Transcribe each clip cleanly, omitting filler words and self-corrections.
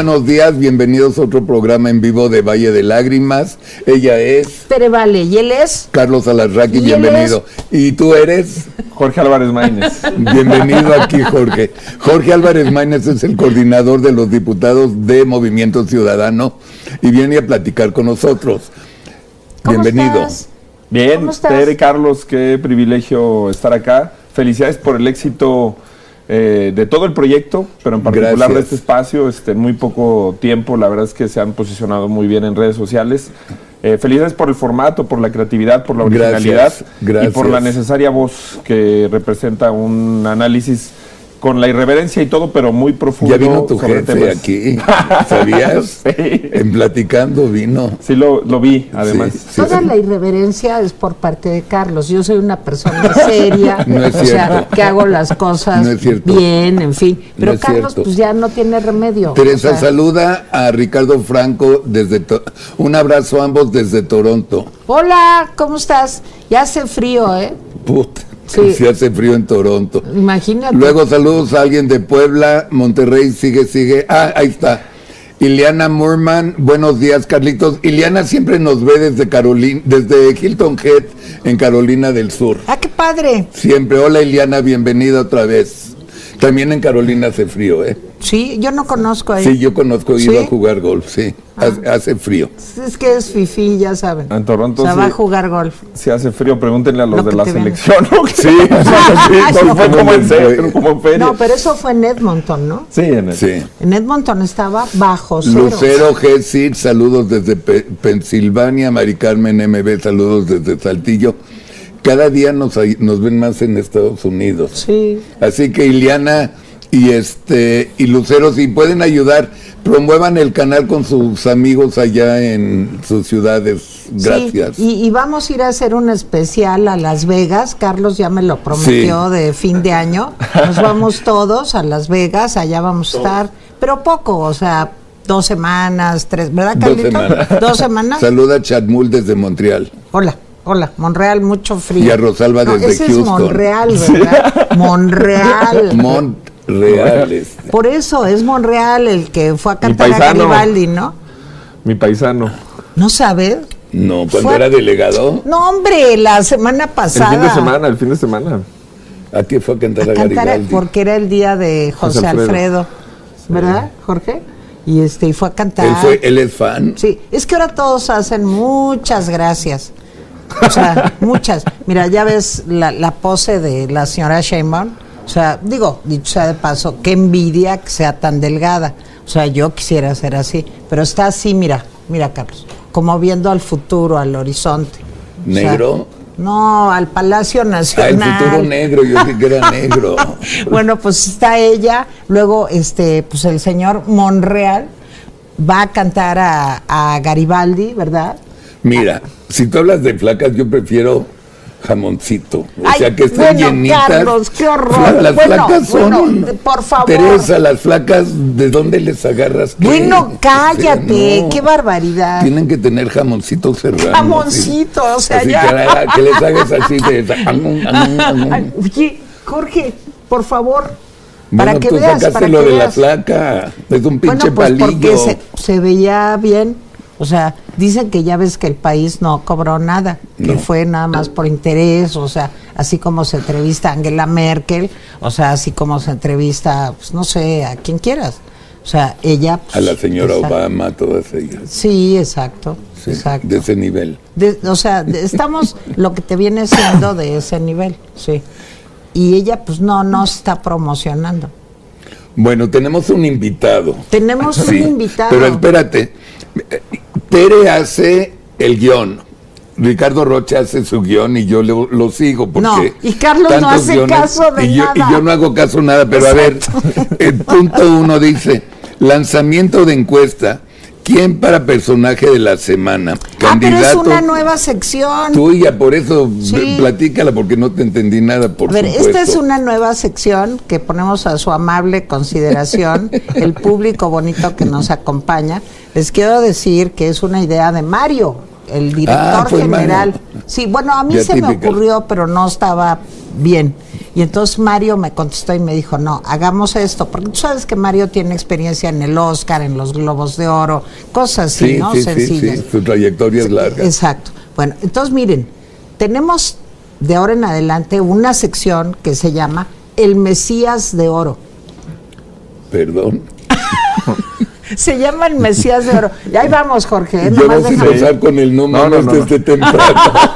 buenos días, bienvenidos a otro programa en vivo de Valle de Lágrimas. Ella es... Tere Vale, ¿y él es? Carlos Alarraqui, bienvenido. ¿Y tú eres? Jorge Álvarez Maínez. Bienvenido aquí, Jorge. Jorge Álvarez Maínez es el coordinador de los diputados de Movimiento Ciudadano y viene a platicar con nosotros. Bienvenido. Estás? Bien, ¿Cómo estás? Tere, Carlos, qué privilegio estar acá. Felicidades por el éxito de todo el proyecto, pero en particular Gracias. de este espacio. En muy poco tiempo, la verdad es que se han posicionado muy bien en redes sociales. Felicidades por el formato, por la creatividad, por la originalidad y por la necesaria voz que representa un análisis con la irreverencia y todo, pero muy profundo. Ya vino tu sobre jefe temas. aquí, ¿sabías? Sí. En Platicando vino. Sí, lo vi, además. Sí. Toda la irreverencia es por parte de Carlos. Yo soy una persona seria, No es o sea, cierto. que hago las cosas No es cierto. bien, en fin. Pero No es Carlos, cierto. pues ya no tiene remedio. Teresa, O sea, saluda a Ricardo Franco desde... Un abrazo a ambos desde Toronto. hola, ¿cómo estás? Ya hace frío, ¿eh? Puta, Sí. si hace frío en Toronto. Imagínate. Luego saludos a alguien de Puebla, Monterrey, sigue. Ah, ahí está. Ileana Murman, buenos días, Carlitos. Ileana siempre nos ve desde Hilton Head, en Carolina del Sur. Ah, qué padre. Siempre. Hola, Ileana, bienvenida otra vez. También en Carolina hace frío, ¿eh? Sí, yo no conozco ahí. Sí, yo conozco, he ¿Sí? ido a jugar golf, sí. Hace frío. Es que es fifí, ya saben. En Toronto O sea, sí. va a jugar golf. Si hace frío, pregúntenle a los Lo de que la te ven. selección, ¿no? Sí, No fue como en serio, como en feria. No, pero eso fue en Edmonton, ¿no? Sí, en el... sí. En Edmonton estaba bajo cero. Lucero G. saludos desde Pensilvania. Mari Carmen MB, saludos desde Saltillo. Cada día nos ven más en Estados Unidos. Sí. Así que Ileana y Lucero, si pueden ayudar, promuevan el canal con sus amigos allá en sus ciudades. Gracias. Sí, y vamos a ir a hacer un especial a Las Vegas. Carlos ya me lo prometió de fin de año. Nos vamos todos a Las Vegas, allá vamos a estar, pero poco, o sea, 2 semanas, 3, ¿verdad, 2 Carlito? semanas. 2 semanas. Saluda a Chatmul desde Montreal. Hola, Monreal, mucho frío. Y a Rosalba desde ese Houston. Es Monreal, ¿verdad? Monreal. Monreal. Por eso es Monreal el que fue a cantar a paisano. Garibaldi, ¿no? Mi paisano. ¿No sabes? No, cuando Fue- era delegado, No, hombre, la semana pasada. El fin de semana. ¿a qué fue a cantar a Cantar, Garibaldi? porque era el día de José José Alfredo, Alfredo. ¿verdad, Jorge? Y fue a cantar. Él es fan. Sí, es que ahora todos hacen muchas gracias. O sea, muchas. Mira, ya ves la pose de la señora Sheinbaum. O sea, digo, dicho sea de paso, qué envidia que sea tan delgada. O sea, yo quisiera ser así, pero está así, mira, Carlos, como viendo al futuro, al horizonte. O sea, ¿Negro? no, al Palacio Ah, el Nacional. futuro negro, yo dije que era negro. Bueno, pues está ella, luego pues el señor Monreal va a cantar a Garibaldi, ¿verdad? Mira, si tú hablas de flacas, yo prefiero jamoncito. O Ay, sea, que estén bueno, llenitas. Carlos, qué horror. Las Bueno, flacas son... por favor. Teresa, las flacas, ¿de dónde les agarras? ¿Qué? Bueno, cállate, No, qué barbaridad. Tienen que tener jamoncito serrano. Jamoncito, o sea, así ya. que les hagas así de... Ay, oye, Jorge, por favor, Bueno, para que tú veas, sacaste para lo que de la veas. flaca. Es un pinche Bueno, pues palillo. porque se veía bien. O sea, dicen que ya ves que el país no cobró nada, que No. fue nada más por interés, o sea, así como se entrevista a Angela Merkel, o sea, así como se entrevista, pues no sé, a quien quieras. O sea, ella... Pues, A la señora exacto. Obama, todas ellas. Sí, exacto, Sí, exacto. de ese nivel. O sea, estamos lo que te viene siendo de ese nivel, sí. Y ella, pues no se está promocionando. Bueno, tenemos un invitado. Tenemos un invitado. Pero espérate, Tere hace el guión, Ricardo Rocha hace su guión y yo lo sigo porque... No, y Carlos no tantos hace caso de y yo, nada. Y yo no hago caso nada, pero a ver, el punto 1 dice, lanzamiento de encuesta, ¿quién para personaje de la semana? Pero es una nueva sección. Tuya, por eso Sí. platícala porque no te entendí nada, por A ver, supuesto. esta es una nueva sección que ponemos a su amable consideración, el público bonito que nos acompaña. Les quiero decir que es una idea de Mario, el director fue general. Mario. Sí, bueno, a mí se me ocurrió, pero no estaba bien. Y entonces Mario me contestó y me dijo, no, hagamos esto, porque tú sabes que Mario tiene experiencia en el Oscar, en los Globos de Oro, cosas así, ¿no? Sencillas. Sí, su trayectoria es larga. Exacto. Bueno, entonces miren, tenemos de ahora en adelante una sección que se llama El Mesías de Oro. Perdón. Se llama El Mesías de Oro. Y ahí vamos, Jorge. Yo no sé empezar con el número desde temprano.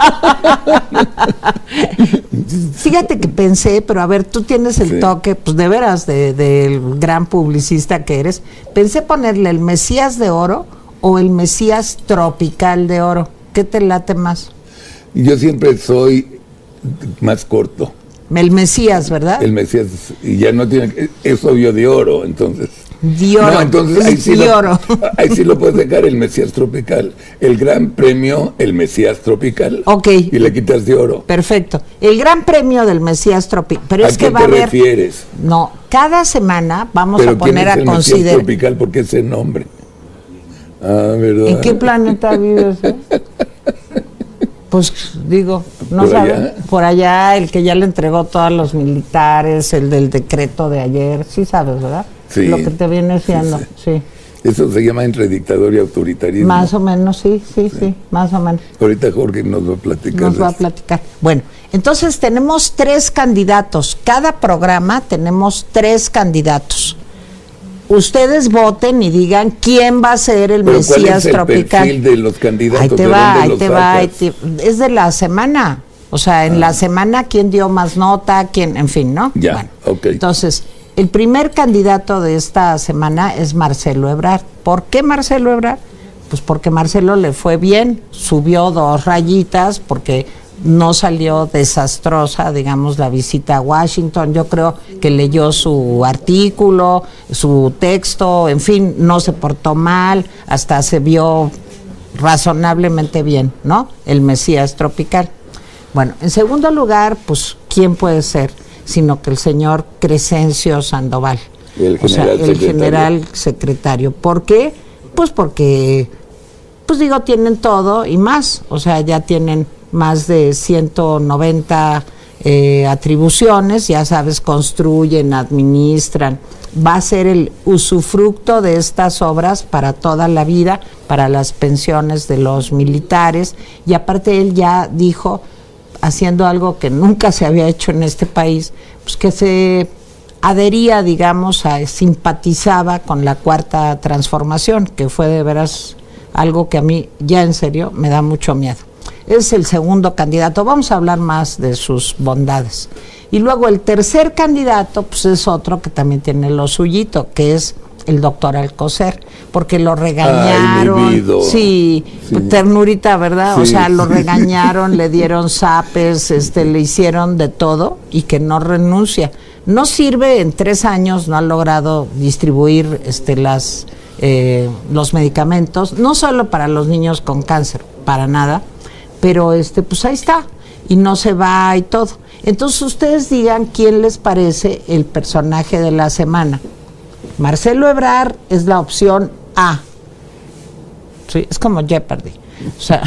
Fíjate que pensé, pero a ver, tú tienes el toque, pues de veras, del gran publicista que eres. Pensé ponerle El Mesías de Oro o El Mesías Tropical de Oro. ¿Qué te late más? Yo siempre soy más corto. El Mesías, ¿verdad? El Mesías, y ya no tiene, es obvio de oro, entonces. De oro. No, entonces ahí sí lo puedes dejar, el Mesías Tropical. El Gran Premio, el Mesías Tropical. Ok. Y le quitas de oro. Perfecto. El Gran Premio del Mesías Tropical. Pero es que va a haber. ¿A qué te refieres? No, cada semana vamos a poner a considerar. ¿Quién es el Mesías Tropical? Porque ese nombre. Ah, ¿verdad? ¿En qué planeta vives? Pues digo, no sabes, por allá, el que ya le entregó todos los militares, el del decreto de ayer, sí sabes, ¿verdad? Sí. Lo que te viene siendo, sí. Eso se llama entre dictador y autoritarismo. Más o menos, sí, más o menos. Ahorita Jorge nos va a platicar. Bueno, entonces tenemos 3 candidatos. Cada programa tenemos 3 candidatos. Ustedes voten y digan quién va a ser el Mesías Tropical. ¿Cuál es el perfil de los candidatos? Ahí te va. Es de la semana. O sea, en la semana quién dio más nota, quién, en fin, ¿no? Ya, bueno, ok. Entonces, el primer candidato de esta semana es Marcelo Ebrard. ¿Por qué Marcelo Ebrard? Pues porque Marcelo le fue bien, subió 2 rayitas, porque no salió desastrosa, digamos, la visita a Washington. Yo creo que leyó su artículo, su texto, en fin, no se portó mal, hasta se vio razonablemente bien, ¿no? El Mesías Tropical. Bueno, en segundo lugar, pues, ¿quién puede ser? Sino que el señor Crescencio Sandoval, el general secretario. ¿Por qué? Pues porque, pues digo, tienen todo y más, o sea, ya tienen más de 190 atribuciones, ya sabes, construyen, administran, va a ser el usufructo de estas obras para toda la vida, para las pensiones de los militares, y aparte él ya dijo, haciendo algo que nunca se había hecho en este país, pues que se adhería, digamos, simpatizaba con la Cuarta Transformación, que fue de veras algo que a mí ya en serio me da mucho miedo. Es el segundo candidato, vamos a hablar más de sus bondades. Y luego el tercer candidato, pues es otro que también tiene lo suyito, que es el doctor Alcocer, porque lo regañaron. Ay, sí, ternurita, ¿verdad? Sí, o sea, lo regañaron, le dieron zapes, le hicieron de todo y que no renuncia. No sirve, en 3 años no ha logrado distribuir los medicamentos, no solo para los niños con cáncer, para nada, pero pues ahí está, y no se va y todo. Entonces ustedes digan quién les parece el personaje de la semana. Marcelo Ebrard es la opción A. Sí, es como Jeopardy. O sea,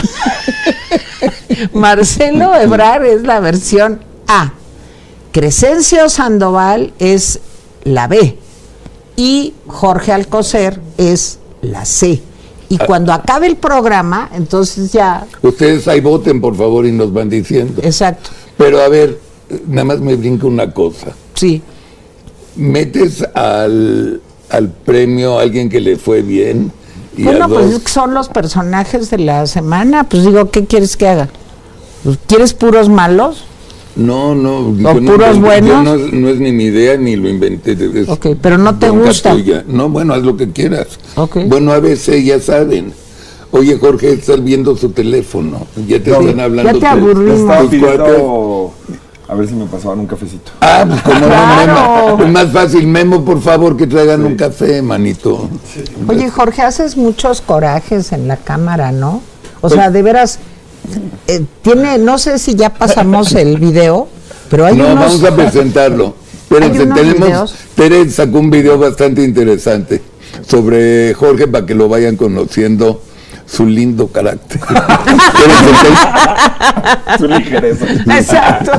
Marcelo Ebrard es la versión A. Crescencio Sandoval es la B. Y Jorge Alcocer es la C. Y cuando acabe el programa, entonces ya... Ustedes ahí voten, por favor, y nos van diciendo. Exacto. Pero a ver, nada más me brinca una cosa. Sí. Metes al premio a alguien que le fue bien. Y bueno, pues es que son los personajes de la semana. Pues digo, ¿qué quieres que haga? ¿Quieres puros malos? No. ¿O puros buenos? No es ni mi idea ni lo inventé. Ok, pero no te gusta. Tuya. No, bueno, haz lo que quieras. Okay. Bueno, a veces ya saben. Oye, Jorge, estás viendo su teléfono. Ya te están hablando. Ya te aburrimos. A ver si me pasaban un cafecito. Ah, pues como claro. No, Memo. Es más fácil, Memo, por favor, que traigan un café, manito. Sí. Oye, Jorge, haces muchos corajes en la cámara, ¿no? O sea, de veras, no sé si ya pasamos el video, pero hay unos... No, vamos a presentarlo. Tere sacó un video bastante interesante sobre Jorge para que lo vayan conociendo, su lindo carácter. Su ligereza. Exacto.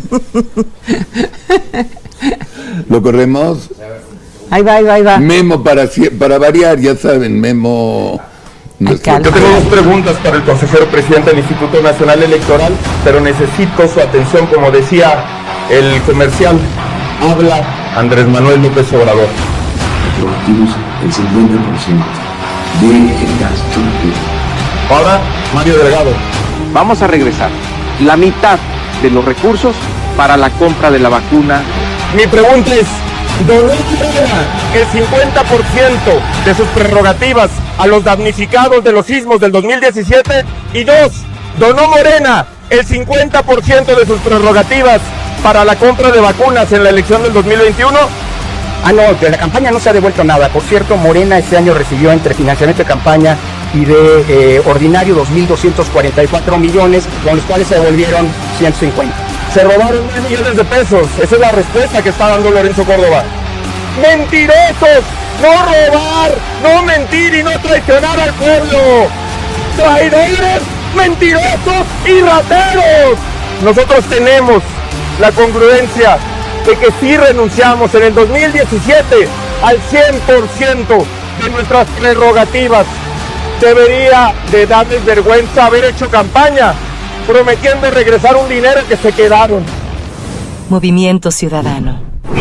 ¿Lo corremos? Ahí va. Memo, para variar, ya saben, Memo. Yo tengo dos preguntas para el consejero presidente del Instituto Nacional Electoral, pero necesito su atención, como decía el comercial. Habla Andrés Manuel López Obrador. Prometimos el 50% del gasto. Ahora, Mario Delgado. Vamos a regresar la mitad de los recursos para la compra de la vacuna. Mi pregunta es, ¿donó Morena el 50% de sus prerrogativas a los damnificados de los sismos del 2017? Y dos, ¿donó Morena el 50% de sus prerrogativas para la compra de vacunas en la elección del 2021? No, de la campaña no se ha devuelto nada. Por cierto, Morena este año recibió entre financiamiento de campaña y de ordinario 2.244 millones, con los cuales se devolvieron 150. Se robaron 1.000 millones de pesos. Esa es la respuesta que está dando Lorenzo Córdoba. ¡Mentirosos! ¡No robar! ¡No mentir y no traicionar al pueblo! ¡Traidores! ¡Mentirosos y rateros! Nosotros tenemos la congruencia de que sí renunciamos en el 2017 al 100% de nuestras prerrogativas. Debería de darles vergüenza haber hecho campaña prometiendo regresar un dinero que se quedaron. Movimiento Ciudadano.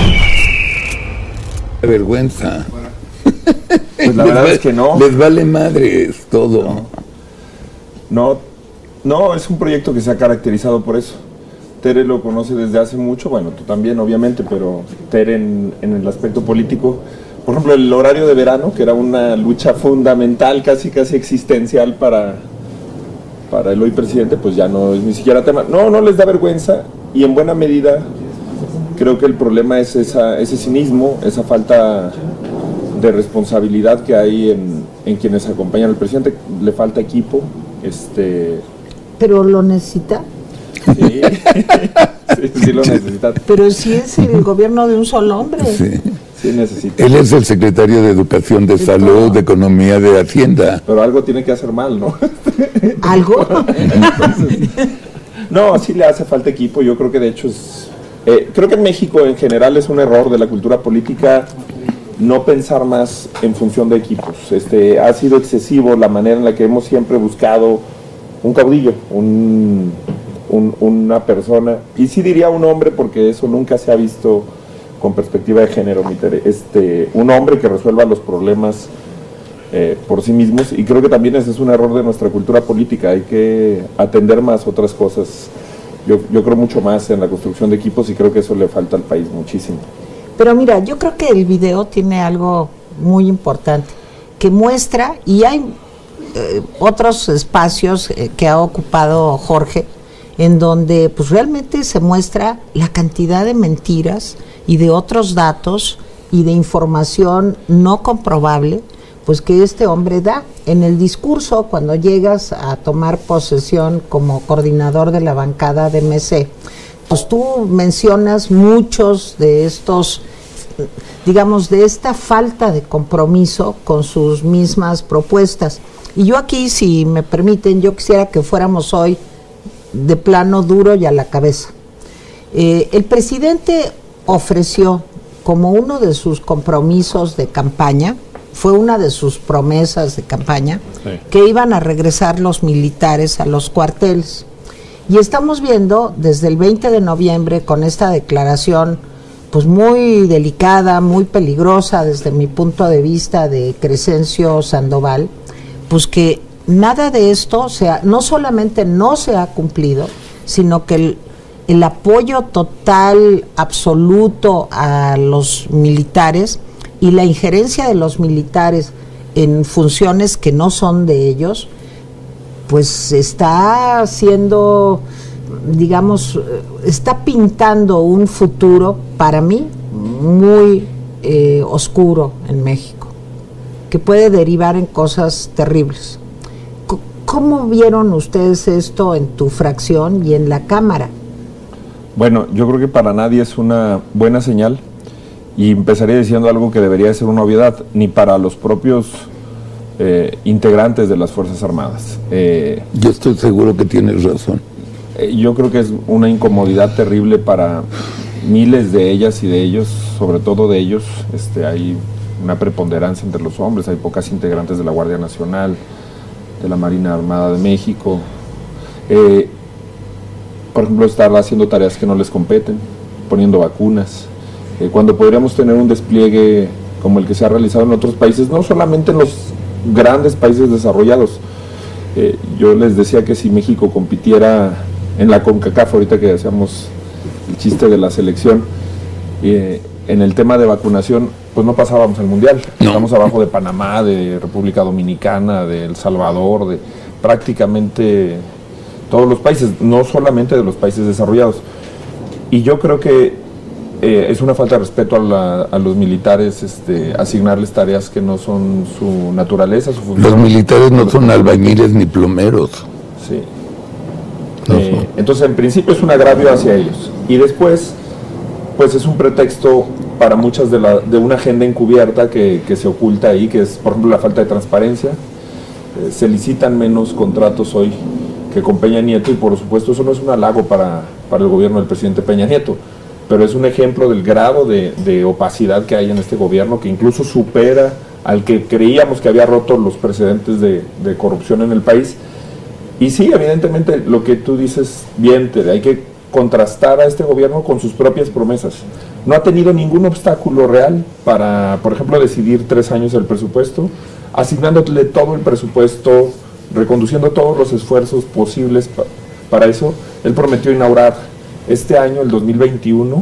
Vergüenza. Pues la verdad es que no. Les vale madres todo. No, es un proyecto que se ha caracterizado por eso. Tere lo conoce desde hace mucho, bueno, tú también obviamente, pero Tere en el aspecto político, por ejemplo, el horario de verano, que era una lucha fundamental, casi existencial para el hoy presidente, pues ya no es ni siquiera tema. No les da vergüenza, y en buena medida creo que el problema es ese cinismo, esa falta de responsabilidad que hay en quienes acompañan al presidente. Le falta equipo. ¿Pero lo necesita? Sí, sí lo necesita. Pero si es el gobierno de un solo hombre. Sí necesita. Él es el secretario de Educación, de Salud, de Economía, de Hacienda. Pero algo tiene que hacer mal, ¿no? ¿Algo? Entonces, no, sí le hace falta equipo. Yo creo que de hecho creo que en México en general es un error de la cultura política no pensar más en función de equipos. Ha sido excesivo la manera en la que hemos siempre buscado un caudillo, una persona, y sí diría un hombre, porque eso nunca se ha visto con perspectiva de género, un hombre que resuelva los problemas por sí mismos, y creo que también ese es un error de nuestra cultura política. Hay que atender más otras cosas. Yo creo mucho más en la construcción de equipos, y creo que eso le falta al país muchísimo. Pero mira, yo creo que el video tiene algo muy importante, que muestra, y hay otros espacios que ha ocupado Jorge, en donde pues realmente se muestra la cantidad de mentiras y de otros datos y de información no comprobable, pues que este hombre da. En el discurso, cuando llegas a tomar posesión como coordinador de la bancada de MC, pues tú mencionas muchos de estos, digamos, de esta falta de compromiso con sus mismas propuestas. Y yo aquí, si me permiten, yo quisiera que fuéramos hoy de plano duro y a la cabeza. El presidente ofreció como uno de sus compromisos de campaña, fue una de sus promesas de campaña, que iban a regresar los militares a los cuarteles. Y estamos viendo desde el 20 de noviembre con esta declaración pues muy delicada, muy peligrosa desde mi punto de vista, de Crescencio Sandoval, pues que nada de esto no solamente no se ha cumplido, sino que el apoyo total, absoluto a los militares y la injerencia de los militares en funciones que no son de ellos, pues está haciendo, digamos, está pintando un futuro para mí muy oscuro en México, que puede derivar en cosas terribles. ¿Cómo vieron ustedes esto en tu fracción y en la Cámara? Bueno, yo creo que para nadie es una buena señal, y empezaría diciendo algo que debería ser una obviedad, ni para los propios integrantes de las Fuerzas Armadas. Yo estoy seguro que tienes razón. Yo creo que es una incomodidad terrible para miles de ellas y de ellos, sobre todo de ellos. Hay una preponderancia entre los hombres, hay pocas integrantes de la Guardia Nacional, de la Marina Armada de México. Por ejemplo, estar haciendo tareas que no les competen, poniendo vacunas, cuando podríamos tener un despliegue como el que se ha realizado en otros países, no solamente en los grandes países desarrollados. Yo les decía que si México compitiera en la CONCACAF, ahorita que hacíamos el chiste de la selección, en el tema de vacunación, pues no pasábamos el Mundial. No. Estamos abajo de Panamá, de República Dominicana, de El Salvador, de prácticamente todos los países, no solamente de los países desarrollados. Y yo creo que es una falta de respeto a los militares asignarles tareas que no son su naturaleza, su función. Los militares no son albañiles ni plomeros. Sí. Entonces, en principio es un agravio hacia ellos. Y después, pues es un pretexto para muchas de una agenda encubierta que se oculta ahí, que es, por ejemplo, la falta de transparencia. Se licitan menos contratos hoy que con Peña Nieto, y por supuesto eso no es un halago para el gobierno del presidente Peña Nieto, pero es un ejemplo del grado de opacidad que hay en este gobierno, que incluso supera al que creíamos que había roto los precedentes de corrupción en el país. Y sí, evidentemente lo que tú dices bien, hay que contrastar a este gobierno con sus propias promesas. No ha tenido ningún obstáculo real para, por ejemplo, decidir 3 años el presupuesto, asignándole todo el presupuesto, reconduciendo todos los esfuerzos posibles para eso. Él prometió inaugurar este año, el 2021,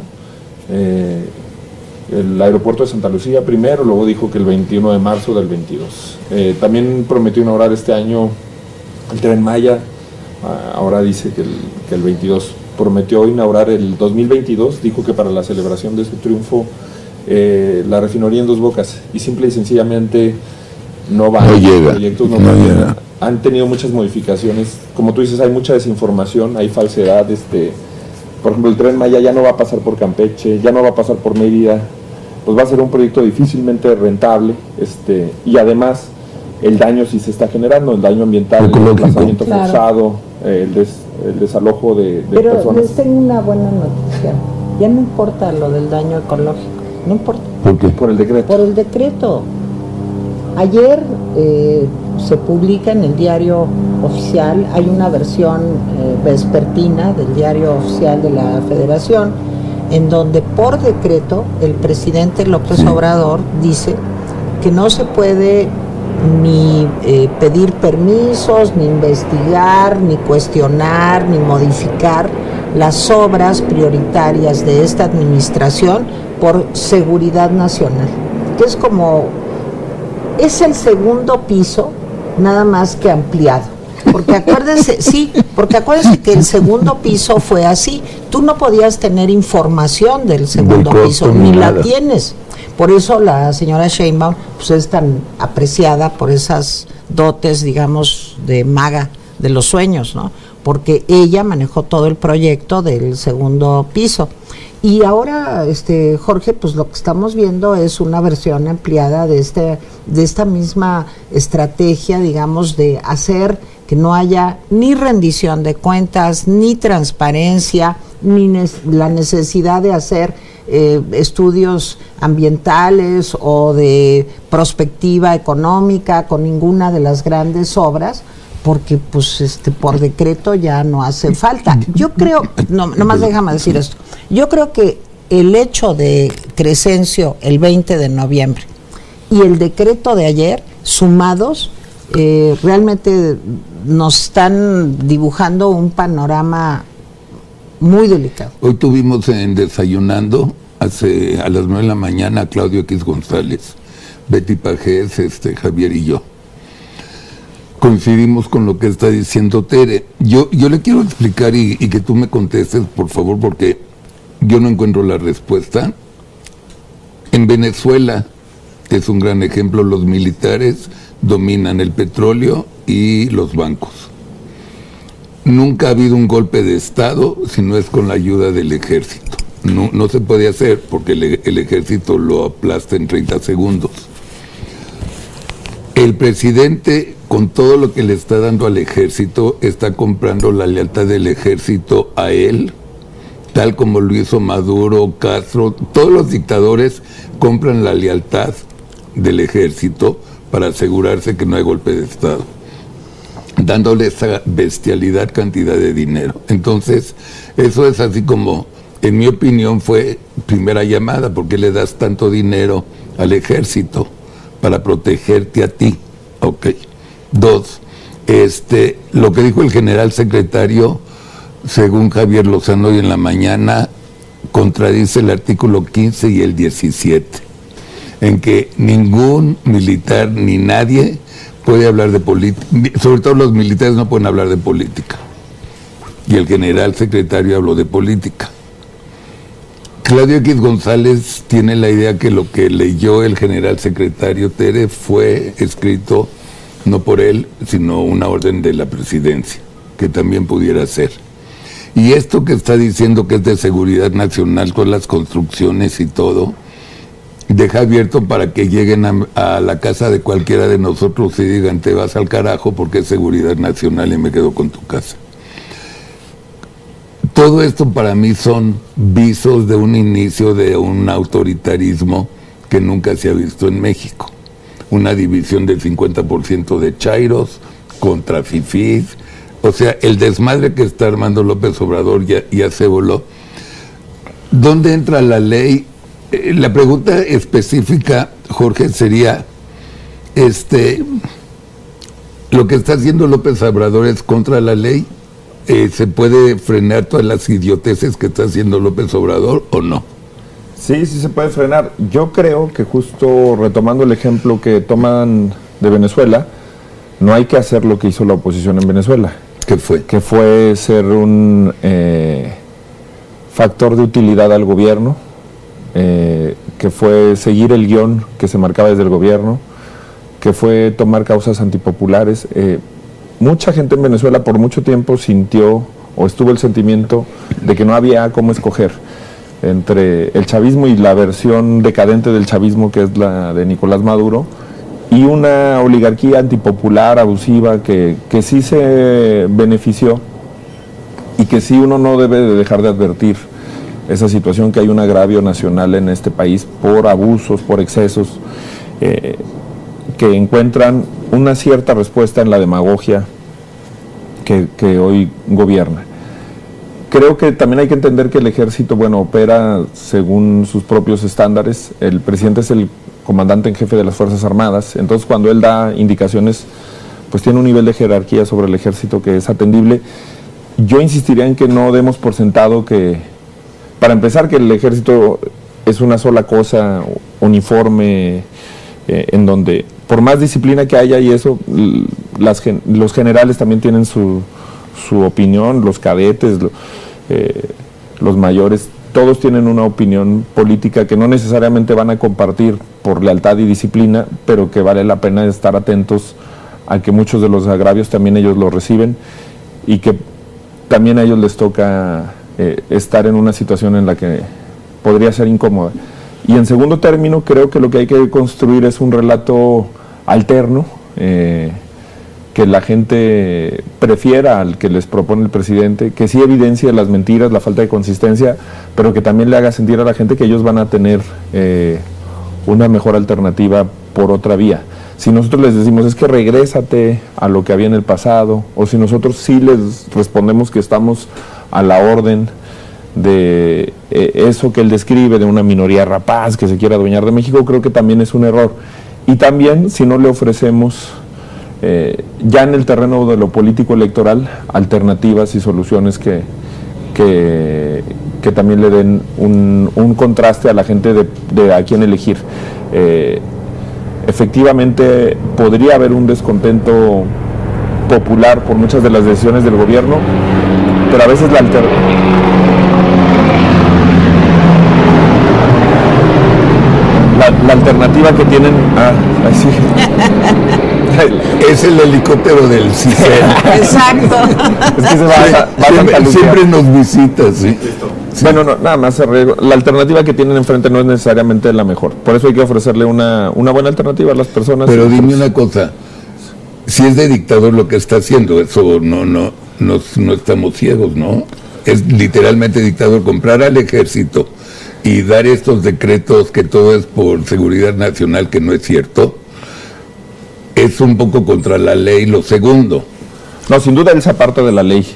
el aeropuerto de Santa Lucía primero, luego dijo que el 21 de marzo del 22. También prometió inaugurar este año el Tren Maya, ahora dice que el 22. Prometió inaugurar el 2022, dijo que para la celebración de su triunfo, la refinería en Dos Bocas, y simple y sencillamente no va. No llega. Proyectos no llega. Han tenido muchas modificaciones, como tú dices, hay mucha desinformación, hay falsedad. Por ejemplo, el Tren Maya ya no va a pasar por Campeche, ya no va a pasar por Mérida, pues va a ser un proyecto difícilmente rentable, y además el daño sí se está generando, el daño ambiental, el desplazamiento forzado, el desalojo de personas. Pero les tengo una buena noticia, ya no importa lo del daño ecológico, no importa. ¿Por qué? Por el decreto. Por el decreto. Ayer se publica en el diario oficial, hay una versión vespertina del diario oficial de la Federación, en donde por decreto el presidente López Obrador dice que no se puede ni pedir permisos, ni investigar, ni cuestionar, ni modificar las obras prioritarias de esta administración por seguridad nacional, que es el segundo piso, nada más que ampliado. Porque acuérdense, que el segundo piso fue así. Tú no podías tener información del segundo piso, ni la tienes. Por eso la señora Sheinbaum pues, es tan apreciada por esas dotes, digamos, de maga de los sueños, ¿no? Porque ella manejó todo el proyecto del segundo piso. Y ahora, Jorge, pues lo que estamos viendo es una versión ampliada de esta misma estrategia, digamos, de hacer que no haya ni rendición de cuentas, ni transparencia, ni la necesidad de hacer estudios ambientales o de prospectiva económica con ninguna de las grandes obras, porque pues por decreto ya no hace falta. Yo creo, nomás déjame decir esto, yo creo que el hecho de Crescencio el 20 de noviembre y el decreto de ayer, sumados, realmente nos están dibujando un panorama muy delicado. Hoy tuvimos en Desayunando, a las 9 de la mañana, a Claudio X González, Betty Pajés, Javier y yo. Coincidimos con lo que está diciendo Tere. Yo le quiero explicar y que tú me contestes, por favor, porque yo no encuentro la respuesta. En Venezuela es un gran ejemplo, los militares dominan el petróleo y los bancos. Nunca ha habido un golpe de Estado si no es con la ayuda del ejército. No se puede hacer porque el ejército lo aplasta en 30 segundos. el presidente, con todo lo que le está dando al ejército, está comprando la lealtad del ejército a él, tal como lo hizo Maduro, Castro. Todos los dictadores compran la lealtad del ejército para asegurarse que no hay golpe de Estado, dándole esa bestialidad cantidad de dinero. Entonces, eso es así como, en mi opinión, fue primera llamada. ¿Por qué le das tanto dinero al ejército? Para protegerte a ti. Ok. 2, lo que dijo el general secretario, según Javier Lozano hoy en la mañana, contradice el artículo 15 y el 17, en que ningún militar ni nadie puede hablar de política, sobre todo los militares no pueden hablar de política. Y el general secretario habló de política. Claudio X González tiene la idea que lo que leyó el general secretario Tere fue escrito no por él, sino una orden de la presidencia, que también pudiera ser. Y esto que está diciendo que es de seguridad nacional con las construcciones y todo, deja abierto para que lleguen a la casa de cualquiera de nosotros y digan, te vas al carajo porque es seguridad nacional y me quedo con tu casa. Todo esto para mí son visos de un inicio de un autoritarismo que nunca se ha visto en México. Una división del 50% de chairos contra fifís. O sea, el desmadre que está armando López Obrador ya se voló. ¿Dónde entra la ley? La pregunta específica, Jorge, sería, ¿lo que está haciendo López Obrador es contra la ley? ¿Se puede frenar todas las idioteces que está haciendo López Obrador o no? Sí, sí se puede frenar. Yo creo que justo retomando el ejemplo que toman de Venezuela, no hay que hacer lo que hizo la oposición en Venezuela. ¿Qué fue? Que fue ser un factor de utilidad al gobierno, que fue seguir el guión que se marcaba desde el gobierno, que fue tomar causas antipopulares. Mucha gente en Venezuela por mucho tiempo sintió o estuvo el sentimiento de que no había cómo escoger entre el chavismo y la versión decadente del chavismo, que es la de Nicolás Maduro, y una oligarquía antipopular, abusiva, que sí se benefició y que sí uno no debe de dejar de advertir esa situación, que hay un agravio nacional en este país por abusos, por excesos, que encuentran una cierta respuesta en la demagogia que hoy gobierna. Creo que también hay que entender que el ejército, bueno, opera según sus propios estándares. El presidente es el comandante en jefe de las Fuerzas Armadas, entonces cuando él da indicaciones, pues tiene un nivel de jerarquía sobre el ejército que es atendible. Yo insistiría en que no demos por sentado que, para empezar, que el ejército es una sola cosa uniforme, en donde por más disciplina que haya y eso, los generales también tienen su opinión, los cadetes, los mayores, todos tienen una opinión política que no necesariamente van a compartir por lealtad y disciplina, pero que vale la pena estar atentos a que muchos de los agravios también ellos los reciben y que también a ellos les toca estar en una situación en la que podría ser incómoda. Y en segundo término, creo que lo que hay que construir es un relato alterno, que la gente prefiera al que les propone el presidente, que sí evidencia las mentiras, la falta de consistencia, pero que también le haga sentir a la gente que ellos van a tener una mejor alternativa por otra vía. Si nosotros les decimos, es que regrésate a lo que había en el pasado, o si nosotros sí les respondemos que estamos a la orden de eso que él describe, de una minoría rapaz que se quiere adueñar de México, creo que también es un error. Y también, si no le ofrecemos ya en el terreno de lo político electoral, alternativas y soluciones que también le den un contraste a la gente de a quién elegir. Efectivamente, podría haber un descontento popular por muchas de las decisiones del gobierno, pero a veces la alternativa que tienen... así. Es el helicóptero del CICEN. Exacto. Es que se va siempre nos visita, sí. Sí. Bueno, no, nada más la alternativa que tienen enfrente no es necesariamente la mejor. Por eso hay que ofrecerle una buena alternativa a las personas. Pero dime una cosa, si es de dictador lo que está haciendo, eso no estamos ciegos, ¿no? Es literalmente dictador, comprar al ejército y dar estos decretos que todo es por seguridad nacional, que no es cierto, es un poco contra la ley. Lo segundo. No, sin duda él se aparta de la ley.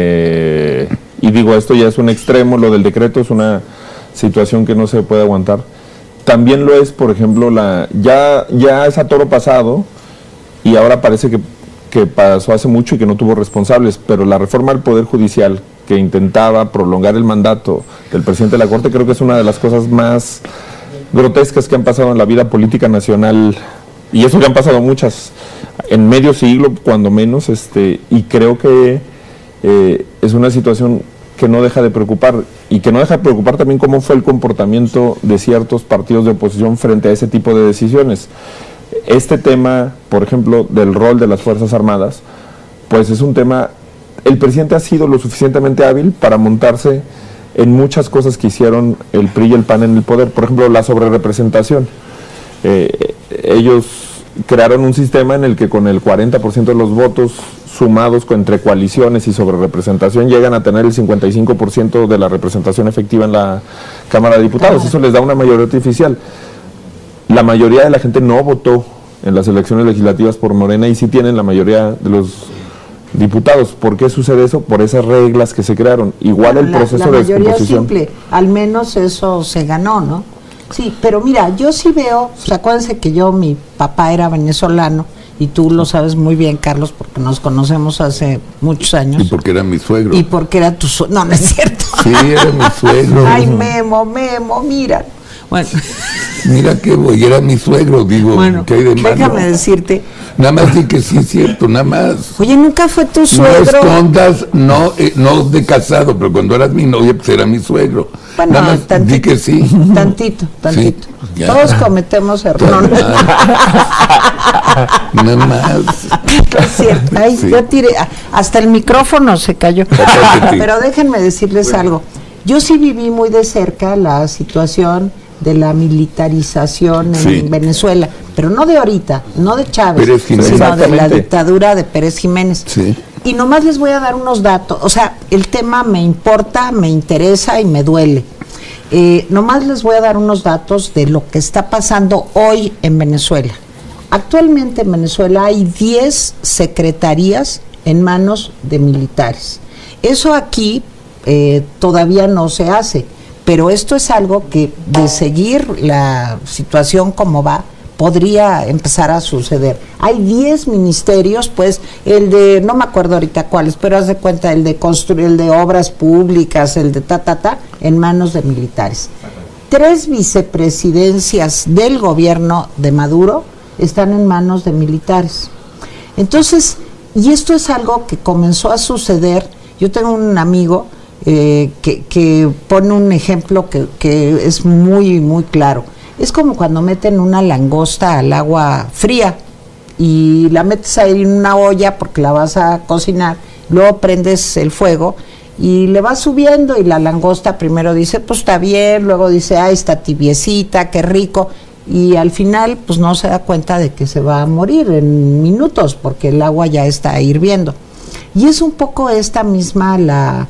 Y digo, esto ya es un extremo, lo del decreto es una situación que no se puede aguantar. También lo es, por ejemplo, ya es a toro pasado y ahora parece que pasó hace mucho y que no tuvo responsables, pero la reforma al Poder Judicial que intentaba prolongar el mandato del presidente de la Corte, creo que es una de las cosas más grotescas que han pasado en la vida política nacional, y eso que han pasado muchas, en medio siglo, cuando menos, y creo que es una situación que no deja de preocupar, y que no deja de preocupar también cómo fue el comportamiento de ciertos partidos de oposición frente a ese tipo de decisiones. Este tema, por ejemplo, del rol de las Fuerzas Armadas, pues es un tema, el presidente ha sido lo suficientemente hábil para montarse en muchas cosas que hicieron el PRI y el PAN en el poder. Por ejemplo, la sobrerepresentación. Ellos crearon un sistema en el que con el 40% de los votos sumados entre coaliciones y sobrerepresentación llegan a tener el 55% de la representación efectiva en la Cámara de Diputados. Eso les da una mayoría artificial. La mayoría de la gente no votó en las elecciones legislativas por Morena y sí tienen la mayoría de los diputados. ¿Por qué sucede eso? Por esas reglas que se crearon. Igual el proceso de descomposición. Simple, al menos eso se ganó, ¿no? Sí, pero mira, yo sí veo, acuérdense que mi papá era venezolano, y tú lo sabes muy bien, Carlos, porque nos conocemos hace muchos años. Y porque era mi suegro. Y porque era tu suegro. No, no es cierto. Sí, era mi suegro. Ay, Memo, mira. Bueno. Mira que voy, era mi suegro, digo, bueno, que hay de malo. Déjame decirte. Nada más di que sí es cierto, nada más. Oye, ¿nunca fue tu suegro? No escondas, no de casado, pero cuando eras mi novia, pues era mi suegro. Bueno, nada más tantito, di que sí. Tantito. Sí, todos cometemos errores. Nada más. Es cierto. Ay, sí. Ya tiré, hasta el micrófono se cayó. Pero déjenme decirles algo. Yo sí viví muy de cerca la situación de la militarización en Venezuela, pero no de ahorita, no de Chávez, sino de la dictadura de Pérez Jiménez. Sí. Y nomás les voy a dar unos datos, o sea, el tema me importa, me interesa y me duele. Nomás les voy a dar unos datos de lo que está pasando hoy en Venezuela. Actualmente en Venezuela hay 10 secretarías en manos de militares. Eso aquí todavía no se hace. Pero esto es algo que, de seguir la situación como va, podría empezar a suceder. Hay 10 ministerios, pues, el de, no me acuerdo ahorita cuáles, pero haz de cuenta, el de construir, el de obras públicas, el de en manos de militares. 3 vicepresidencias del gobierno de Maduro están en manos de militares. Entonces, y esto es algo que comenzó a suceder. Yo tengo un amigo que pone un ejemplo que es muy, muy claro. Es como cuando meten una langosta al agua fría y la metes ahí en una olla porque la vas a cocinar, luego prendes el fuego y le vas subiendo y la langosta primero dice, pues está bien, luego dice, ay, está tibiecita, qué rico, y al final pues no se da cuenta de que se va a morir en minutos porque el agua ya está hirviendo. Y es un poco esta misma la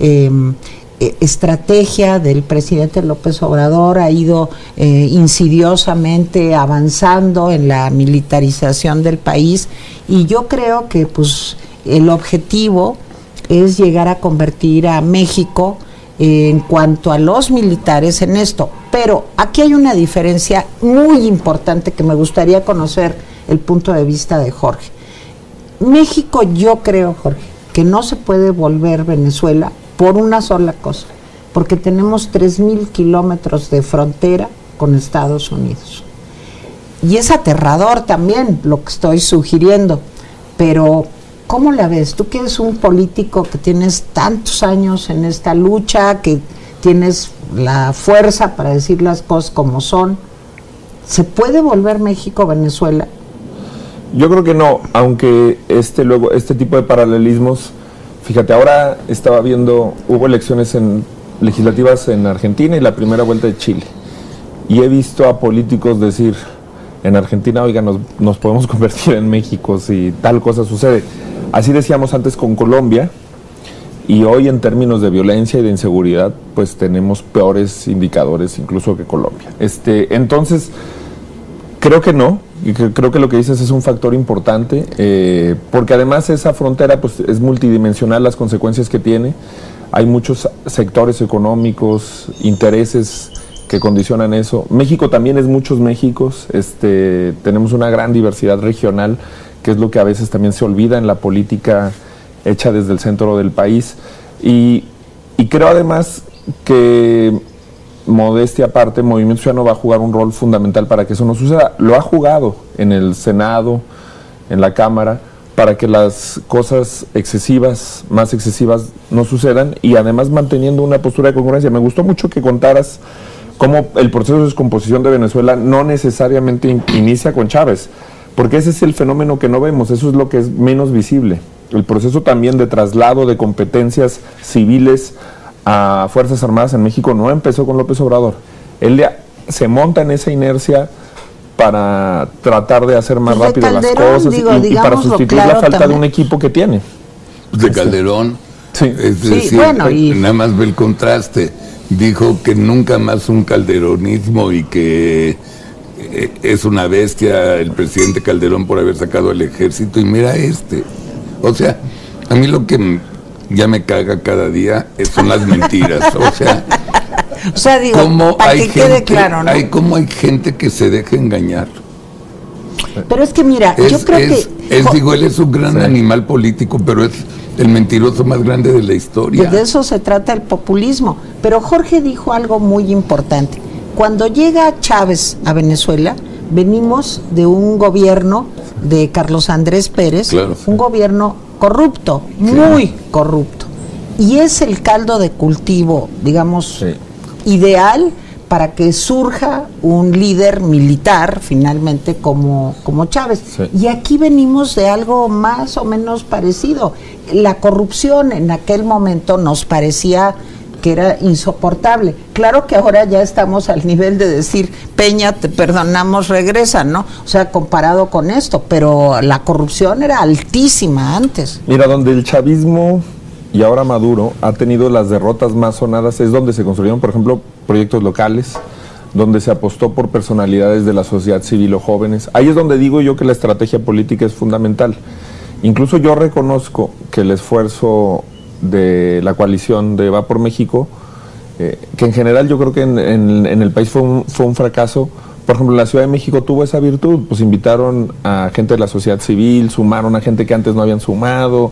estrategia del presidente López Obrador. Ha ido insidiosamente avanzando en la militarización del país, y yo creo que pues el objetivo es llegar a convertir a México en cuanto a los militares en esto. Pero aquí hay una diferencia muy importante que me gustaría conocer el punto de vista de Jorge. México, yo creo, Jorge, que no se puede volver Venezuela por una sola cosa, porque tenemos 3,000 kilómetros de frontera con Estados Unidos. Y es aterrador también lo que estoy sugiriendo, pero ¿cómo la ves? Tú que eres un político que tienes tantos años en esta lucha, que tienes la fuerza para decir las cosas como son, ¿se puede volver México Venezuela? Yo creo que no, aunque este tipo de paralelismos, fíjate, ahora estaba viendo, hubo elecciones en legislativas en Argentina y la primera vuelta de Chile. Y he visto a políticos decir en Argentina, oiga, nos podemos convertir en México si tal cosa sucede. Así decíamos antes con Colombia, y hoy en términos de violencia y de inseguridad, pues tenemos peores indicadores incluso que Colombia. Entonces, creo que no, y creo que lo que dices es un factor importante, porque además esa frontera pues es multidimensional las consecuencias que tiene. Hay muchos sectores económicos, intereses que condicionan eso. México también es muchos Méxicos, tenemos una gran diversidad regional, que es lo que a veces también se olvida en la política hecha desde el centro del país. Y creo además que, modestia aparte, Movimiento Ciudadano va a jugar un rol fundamental para que eso no suceda. Lo ha jugado en el Senado, en la Cámara, para que las cosas excesivas, más excesivas, no sucedan, y además manteniendo una postura de congruencia. Me gustó mucho que contaras cómo el proceso de descomposición de Venezuela no necesariamente inicia con Chávez, porque ese es el fenómeno que no vemos, eso es lo que es menos visible. El proceso también de traslado de competencias civiles a Fuerzas Armadas en México no empezó con López Obrador. Él se monta en esa inercia para tratar de hacer más rápido las cosas y para sustituir la falta también de un equipo que tiene. De Calderón. Sí. Es decir, bueno, nada más ve el contraste. Dijo que nunca más un calderonismo y que es una bestia el presidente Calderón por haber sacado al ejército, y mira o sea, a mí lo que ya me caga cada día son las mentiras, o sea, digo, para que quede claro, ¿no? Cómo hay gente que se deja engañar. Pero es que mira, yo creo que digo, él es un gran animal político, pero es el mentiroso más grande de la historia. Pues de eso se trata el populismo. Pero Jorge dijo algo muy importante. Cuando llega Chávez a Venezuela, venimos de un gobierno de Carlos Andrés Pérez, claro, un gobierno corrupto, muy corrupto. Y es el caldo de cultivo, digamos, ideal para que surja un líder militar finalmente como Chávez. Y aquí venimos de algo más o menos parecido. La corrupción en aquel momento nos parecía que era insoportable. Claro que ahora ya estamos al nivel de decir, Peña, te perdonamos, regresa, ¿no? O sea, comparado con esto, pero la corrupción era altísima antes. Mira, donde el chavismo y ahora Maduro ha tenido las derrotas más sonadas es donde se construyeron, por ejemplo, proyectos locales, donde se apostó por personalidades de la sociedad civil o jóvenes. Ahí es donde digo yo que la estrategia política es fundamental. Incluso yo reconozco que el esfuerzo de la coalición de Va por México, que en general yo creo que en el país fue un fracaso. Por ejemplo, la Ciudad de México tuvo esa virtud, pues invitaron a gente de la sociedad civil, sumaron a gente que antes no habían sumado,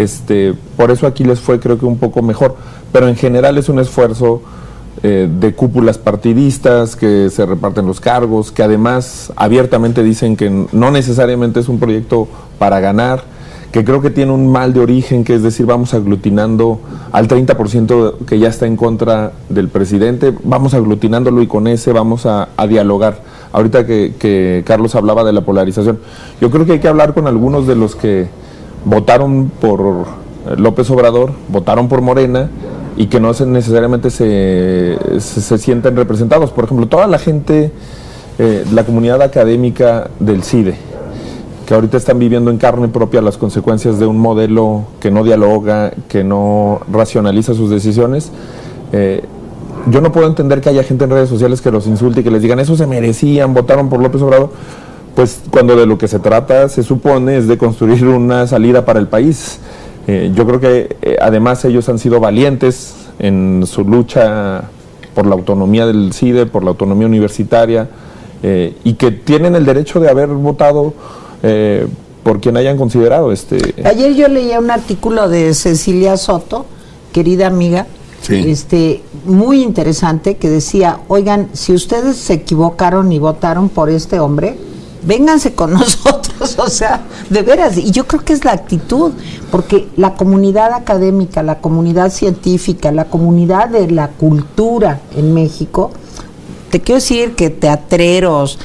por eso aquí les fue creo que un poco mejor, pero en general es un esfuerzo de cúpulas partidistas que se reparten los cargos, que además abiertamente dicen que no necesariamente es un proyecto para ganar, que creo que tiene un mal de origen, que es decir, vamos aglutinando al 30% que ya está en contra del presidente, vamos aglutinándolo y con ese vamos a dialogar. Ahorita que Carlos hablaba de la polarización, yo creo que hay que hablar con algunos de los que votaron por López Obrador, votaron por Morena y que no necesariamente se sienten representados. Por ejemplo, toda la gente, la comunidad académica del CIDE, que ahorita están viviendo en carne propia las consecuencias de un modelo que no dialoga, que no racionaliza sus decisiones. Yo no puedo entender que haya gente en redes sociales que los insulte y que les digan, eso se merecían, votaron por López Obrador, pues cuando de lo que se trata, se supone, es de construir una salida para el país. Yo creo que además ellos han sido valientes en su lucha por la autonomía del CIDE, por la autonomía universitaria, y que tienen el derecho de haber votado por quien hayan considerado. Ayer yo leía un artículo de Cecilia Soto, querida amiga, muy interesante, que decía, oigan, si ustedes se equivocaron y votaron por este hombre, vénganse con nosotros, o sea, de veras. Y yo creo que es la actitud, porque la comunidad académica, la comunidad científica, la comunidad de la cultura en México, te quiero decir que teatreros,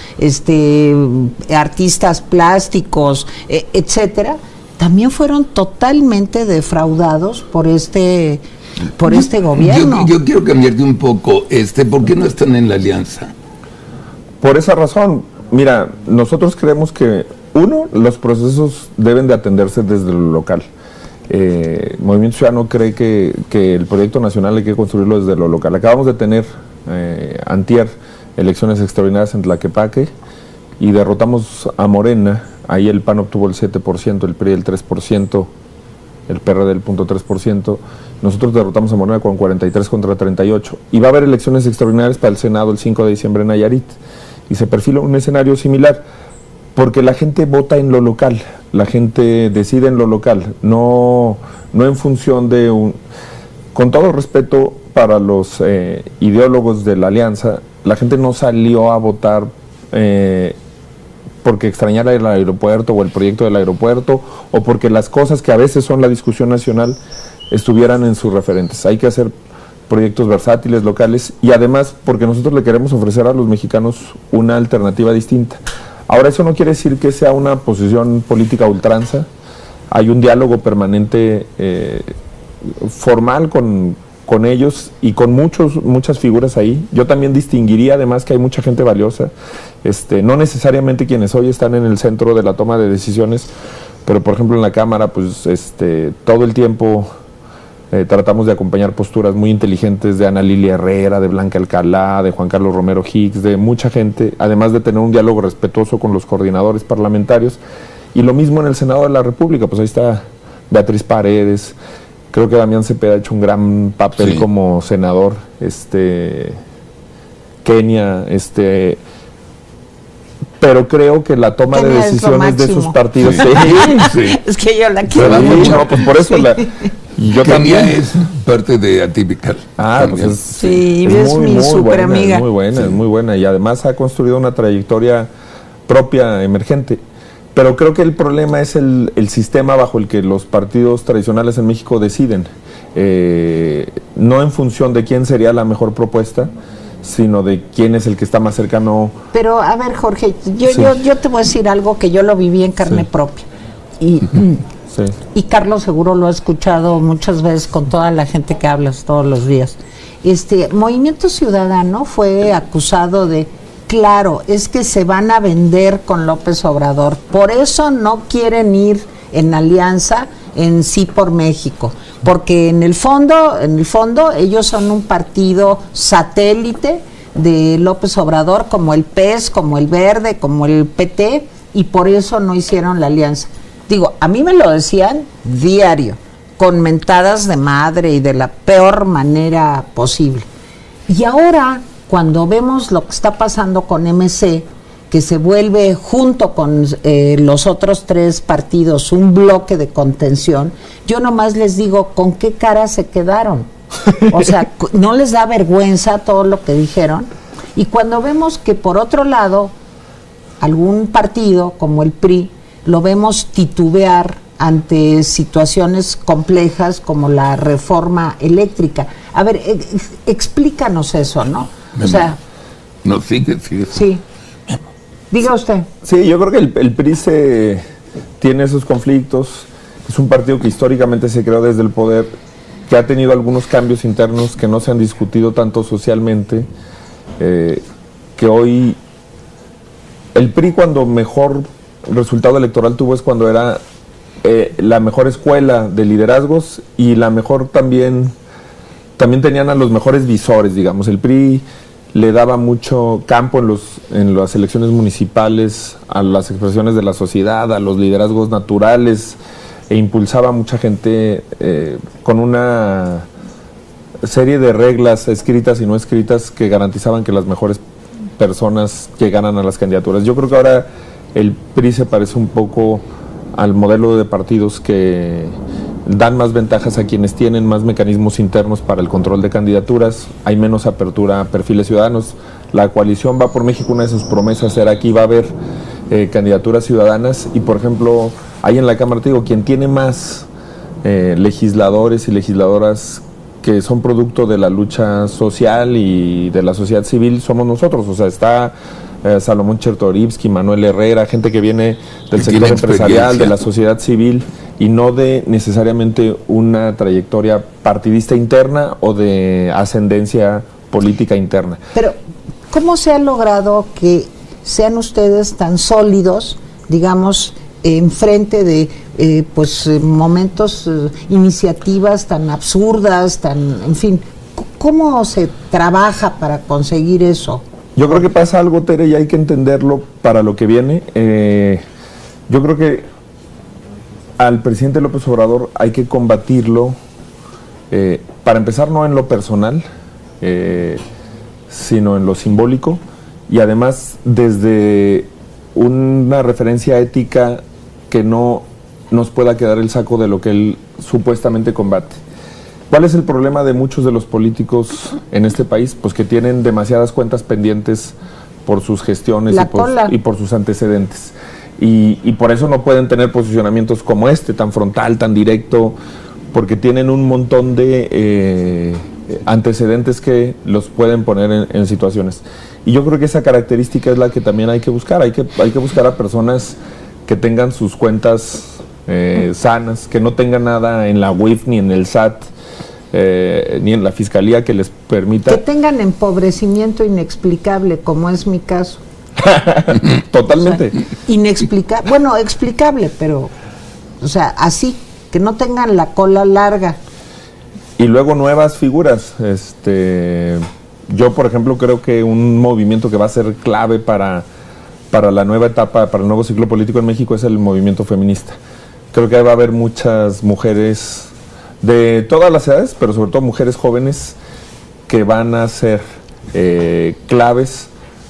artistas plásticos, etcétera, también fueron totalmente defraudados por este por este gobierno. Yo quiero cambiarte un poco, ¿por qué no están en la alianza? Por esa razón, mira, nosotros creemos que, uno, los procesos deben de atenderse desde lo local. Movimiento Ciudadano cree que el proyecto nacional hay que construirlo desde lo local. Acabamos de tener, antier, elecciones extraordinarias en Tlaquepaque y derrotamos a Morena. Ahí el PAN obtuvo el 7%, el PRI el 3%, el PRD el 0.3%. Nosotros derrotamos a Morena con 43 contra 38. Y va a haber elecciones extraordinarias para el Senado el 5 de diciembre en Nayarit. Y se perfila un escenario similar, porque la gente vota en lo local, la gente decide en lo local, no en función de un... Con todo respeto para los ideólogos de la alianza, la gente no salió a votar porque extrañara el aeropuerto o el proyecto del aeropuerto, o porque las cosas que a veces son la discusión nacional estuvieran en sus referentes. Hay que hacer proyectos versátiles, locales, y además porque nosotros le queremos ofrecer a los mexicanos una alternativa distinta. Ahora, eso no quiere decir que sea una posición política a ultranza. Hay un diálogo permanente formal con ellos y con muchas figuras ahí. Yo también distinguiría además que hay mucha gente valiosa, no necesariamente quienes hoy están en el centro de la toma de decisiones, pero por ejemplo en la Cámara, pues todo el tiempo tratamos de acompañar posturas muy inteligentes de Ana Lilia Herrera, de Blanca Alcalá, de Juan Carlos Romero Hicks, de mucha gente, además de tener un diálogo respetuoso con los coordinadores parlamentarios. Y lo mismo en el Senado de la República, pues ahí está Beatriz Paredes. Creo que Damián Cepeda ha hecho un gran papel como senador, Kenia, pero creo que la toma de decisiones de sus partidos... Es que yo la quiero mucho. No, pues por eso yo también es parte de Atípica. Pues es mi súper amiga. Es muy buena y además ha construido una trayectoria propia, emergente. Pero creo que el problema es el sistema bajo el que los partidos tradicionales en México deciden, no en función de quién sería la mejor propuesta, sino de quién es el que está más cercano. Pero a ver, Jorge, yo te voy a decir algo que yo lo viví en carne propia. Y Carlos seguro lo ha escuchado muchas veces con toda la gente que hablas todos los días. Movimiento Ciudadano fue acusado de... Claro, es que se van a vender con López Obrador, por eso no quieren ir en alianza en Sí por México, porque en el fondo ellos son un partido satélite de López Obrador, como el PES, como el Verde, como el PT, y por eso no hicieron la alianza. Digo, a mí me lo decían diario, con mentadas de madre y de la peor manera posible. Y ahora, cuando vemos lo que está pasando con MC, que se vuelve junto con los otros tres partidos un bloque de contención, yo nomás les digo, ¿con qué cara se quedaron? O sea, ¿no les da vergüenza todo lo que dijeron? Y cuando vemos que por otro lado, algún partido como el PRI, lo vemos titubear ante situaciones complejas como la reforma eléctrica. A ver, explícanos eso, ¿no? O sea... No, sigue. Sí. Diga usted. Sí, yo creo que el PRI tiene esos conflictos. Es un partido que históricamente se creó desde el poder, que ha tenido algunos cambios internos que no se han discutido tanto socialmente, que hoy... El PRI cuando mejor resultado electoral tuvo es cuando era la mejor escuela de liderazgos y la mejor también tenían a los mejores visores, digamos. El PRI le daba mucho campo en las elecciones municipales a las expresiones de la sociedad, a los liderazgos naturales, e impulsaba a mucha gente con una serie de reglas escritas y no escritas que garantizaban que las mejores personas llegaran a las candidaturas. Yo creo que ahora el PRI se parece un poco al modelo de partidos que dan más ventajas a quienes tienen más mecanismos internos para el control de candidaturas, hay menos apertura a perfiles ciudadanos. La coalición Va por México, una de sus promesas era que iba a haber candidaturas ciudadanas y, por ejemplo, ahí en la Cámara, te digo, quien tiene más legisladores y legisladoras que son producto de la lucha social y de la sociedad civil somos nosotros. O sea, está Salomón Chertorivsky, Manuel Herrera, gente que viene del sector empresarial, de la sociedad civil, y no de necesariamente una trayectoria partidista interna o de ascendencia política interna. Pero, ¿cómo se ha logrado que sean ustedes tan sólidos, digamos, en frente de momentos, iniciativas tan absurdas, en fin? ¿Cómo se trabaja para conseguir eso? Yo creo que pasa algo, Tere, y hay que entenderlo para lo que viene. Yo creo que al presidente López Obrador hay que combatirlo, para empezar, no en lo personal, sino en lo simbólico, y además desde una referencia ética que no nos pueda quedar el saco de lo que él supuestamente combate. ¿Cuál es el problema de muchos de los políticos en este país? Pues que tienen demasiadas cuentas pendientes por sus gestiones y por sus antecedentes. Y por eso no pueden tener posicionamientos como este, tan frontal, tan directo, porque tienen un montón de antecedentes que los pueden poner en situaciones. Y yo creo que esa característica es la que también hay que buscar. Hay que buscar a personas que tengan sus cuentas sanas, que no tengan nada en la UIF ni en el SAT, ni en la fiscalía que les permita... Que tengan empobrecimiento inexplicable, como es mi caso. Totalmente. Inexplicable, bueno, explicable, pero, o sea, así, que no tengan la cola larga. Y luego nuevas figuras. Yo, por ejemplo, creo que un movimiento que va a ser clave para la nueva etapa, para el nuevo ciclo político en México, es el movimiento feminista. Creo que va a haber muchas mujeres de todas las edades, pero sobre todo mujeres jóvenes que van a ser claves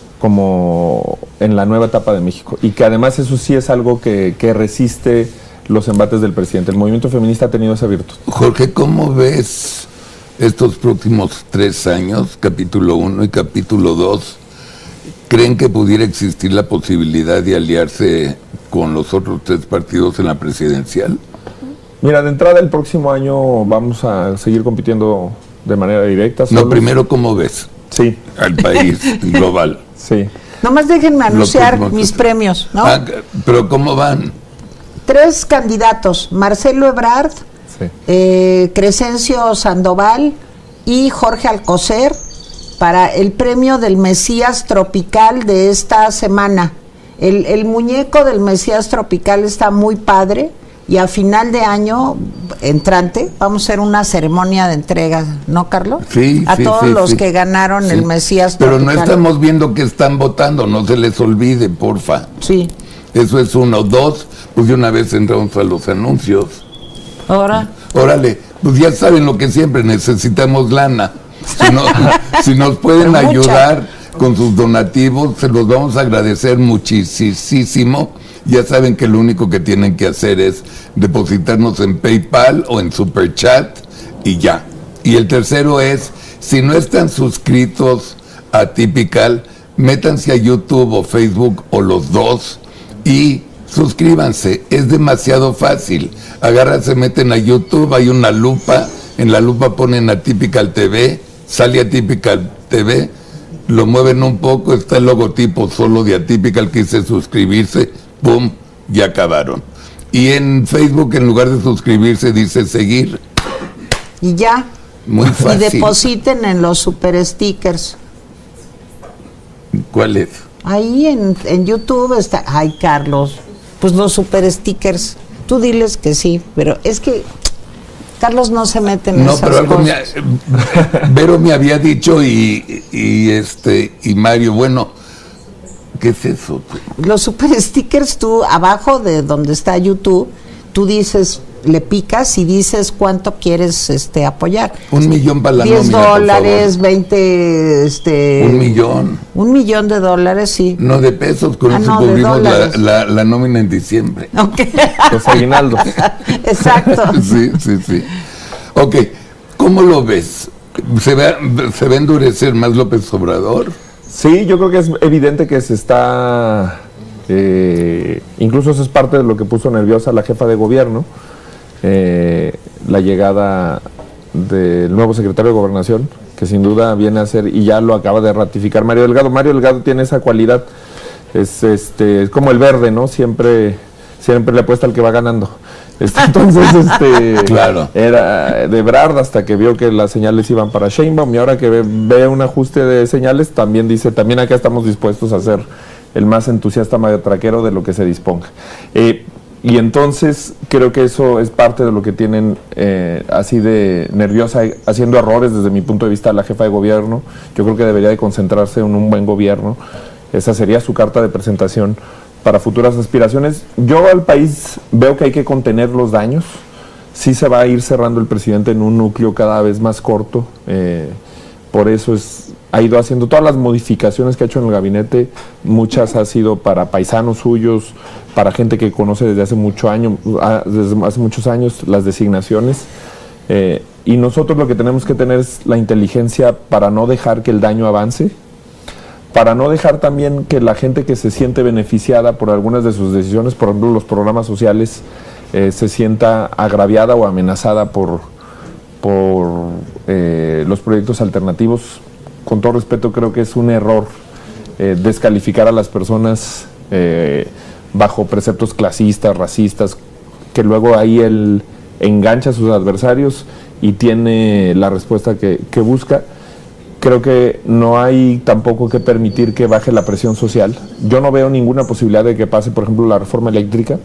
como en la nueva etapa de México, y que además eso sí es algo que resiste los embates del presidente. El movimiento feminista ha tenido esa virtud. Jorge, ¿cómo ves estos próximos 3 años, capítulo 1 y capítulo 2? ¿Creen que pudiera existir la posibilidad de aliarse con los otros 3 partidos en la presidencial? Mira, de entrada el próximo año vamos a seguir compitiendo de manera directa. No, primero, ¿cómo ves? Sí. Al país global. Sí. Nomás déjenme anunciar mis premios, ¿no? Pero ¿cómo van? 3 candidatos: Marcelo Ebrard, sí, Crescencio Sandoval y Jorge Alcocer, para el premio del Mesías Tropical de esta semana. El muñeco del Mesías Tropical está muy padre, y a final de año entrante vamos a hacer una ceremonia de entrega, ¿no, Carlos? Sí, a todos los que ganaron el Mesías Tropical. Pero no estamos viendo que están votando, no se les olvide, porfa. Sí. Eso es 1. 2, pues de una vez entramos a los anuncios. Ahora. Órale, pues ya saben lo que siempre, necesitamos lana. Si nos pueden ayudar con sus donativos, se los vamos a agradecer muchísimo. Ya saben que lo único que tienen que hacer es depositarnos en PayPal o en Superchat y ya. Y el tercero es, si no están suscritos a Typical, métanse a YouTube o Facebook o los dos y suscríbanse. Es demasiado fácil. Agarran, se meten a YouTube, hay una lupa, en la lupa ponen a Typical TV, sale a Typical TV, lo mueven un poco, está el logotipo solo de Atypical que dice suscribirse, ¡pum!, ya acabaron. Y en Facebook, en lugar de suscribirse, dice seguir. Y ya. Muy fácil. Y depositen en los super stickers. ¿Cuál es? Ahí en YouTube está. Ay, Carlos, pues los super stickers. Tú diles que sí, pero es que Carlos no se mete en esas cosas. No, pero Vero me había dicho y Mario, bueno, ¿qué es eso? Los super stickers, tú abajo de donde está YouTube, tú dices, le picas y dices cuánto quieres apoyar. 1 millón para la nómina, $10, 20, $1 millón. $1 millón, sí. No de pesos, con eso cubrimos la nómina en diciembre. Okay. Los aguinaldos. Exacto. Sí. Ok, ¿cómo lo ves? ¿Se va a endurecer más López Obrador? Sí, yo creo que es evidente que se está... incluso eso es parte de lo que puso nerviosa la jefa de gobierno, la llegada del nuevo secretario de Gobernación, que sin duda viene a ser, y ya lo acaba de ratificar Mario Delgado. Mario Delgado tiene esa cualidad, es como el verde, ¿no? Siempre le apuesta al que va ganando. Entonces, claro. era de Ebrard hasta que vio que las señales iban para Sheinbaum, y ahora que ve un ajuste de señales, también dice, también acá estamos dispuestos a ser el más entusiasta matraquero de lo que se disponga. Y entonces creo que eso es parte de lo que tienen así de nerviosa, haciendo errores desde mi punto de vista la jefa de gobierno. Yo creo que debería de concentrarse en un buen gobierno. Esa sería su carta de presentación para futuras aspiraciones. Yo al país veo que hay que contener los daños. Sí se va a ir cerrando el presidente en un núcleo cada vez más corto. Por eso ha ido haciendo todas las modificaciones que ha hecho en el gabinete. Muchas ha sido para paisanos suyos, para gente que conoce desde hace muchos años las designaciones. Y nosotros lo que tenemos que tener es la inteligencia para no dejar que el daño avance, para no dejar también que la gente que se siente beneficiada por algunas de sus decisiones, por ejemplo los programas sociales, se sienta agraviada o amenazada por los proyectos alternativos. Con todo respeto, creo que es un error descalificar a las personas bajo preceptos clasistas, racistas, que luego ahí él engancha a sus adversarios y tiene la respuesta que busca. Creo que no hay tampoco que permitir que baje la presión social. Yo no veo ninguna posibilidad de que pase, por ejemplo, la reforma eléctrica,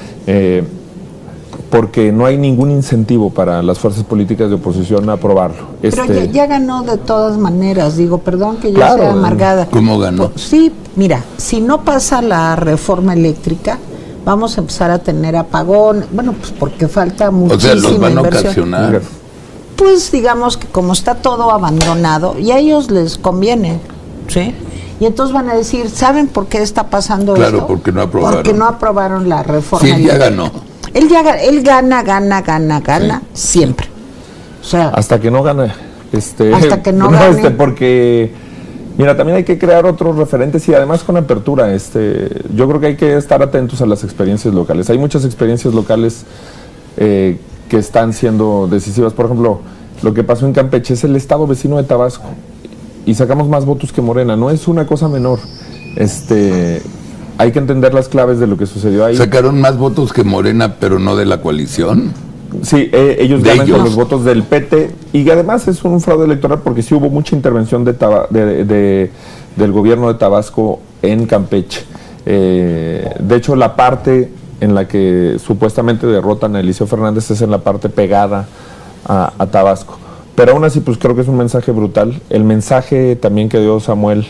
porque no hay ningún incentivo para las fuerzas políticas de oposición a aprobarlo. Pero ya ganó de todas maneras, digo, perdón que yo claro, sea amargada. ¿Cómo ganó? Pues, sí, mira, si no pasa la reforma eléctrica, vamos a empezar a tener apagón, bueno, pues porque falta muchísima inversión. O sea, los van a ocasionar. Pues digamos que como está todo abandonado, y a ellos les conviene, ¿sí? Y entonces van a decir, ¿saben por qué está pasando esto? Claro, porque no aprobaron. Porque no aprobaron la reforma eléctrica. Sí, él gana siempre. O sea, hasta que no gane. Hasta que no gane. Porque, mira, también hay que crear otros referentes y además con apertura. Yo creo que hay que estar atentos a las experiencias locales. Hay muchas experiencias locales que están siendo decisivas. Por ejemplo, lo que pasó en Campeche es el estado vecino de Tabasco y sacamos más votos que Morena. No es una cosa menor. Hay que entender las claves de lo que sucedió ahí. Sacaron más votos que Morena, pero no de la coalición. Sí, ellos ganan con los votos del PT y además es un fraude electoral porque sí hubo mucha intervención del gobierno de Tabasco en Campeche. De hecho, la parte en la que supuestamente derrotan a Eliseo Fernández es en la parte pegada a Tabasco. Pero aún así, pues creo que es un mensaje brutal. El mensaje también que dio Samuel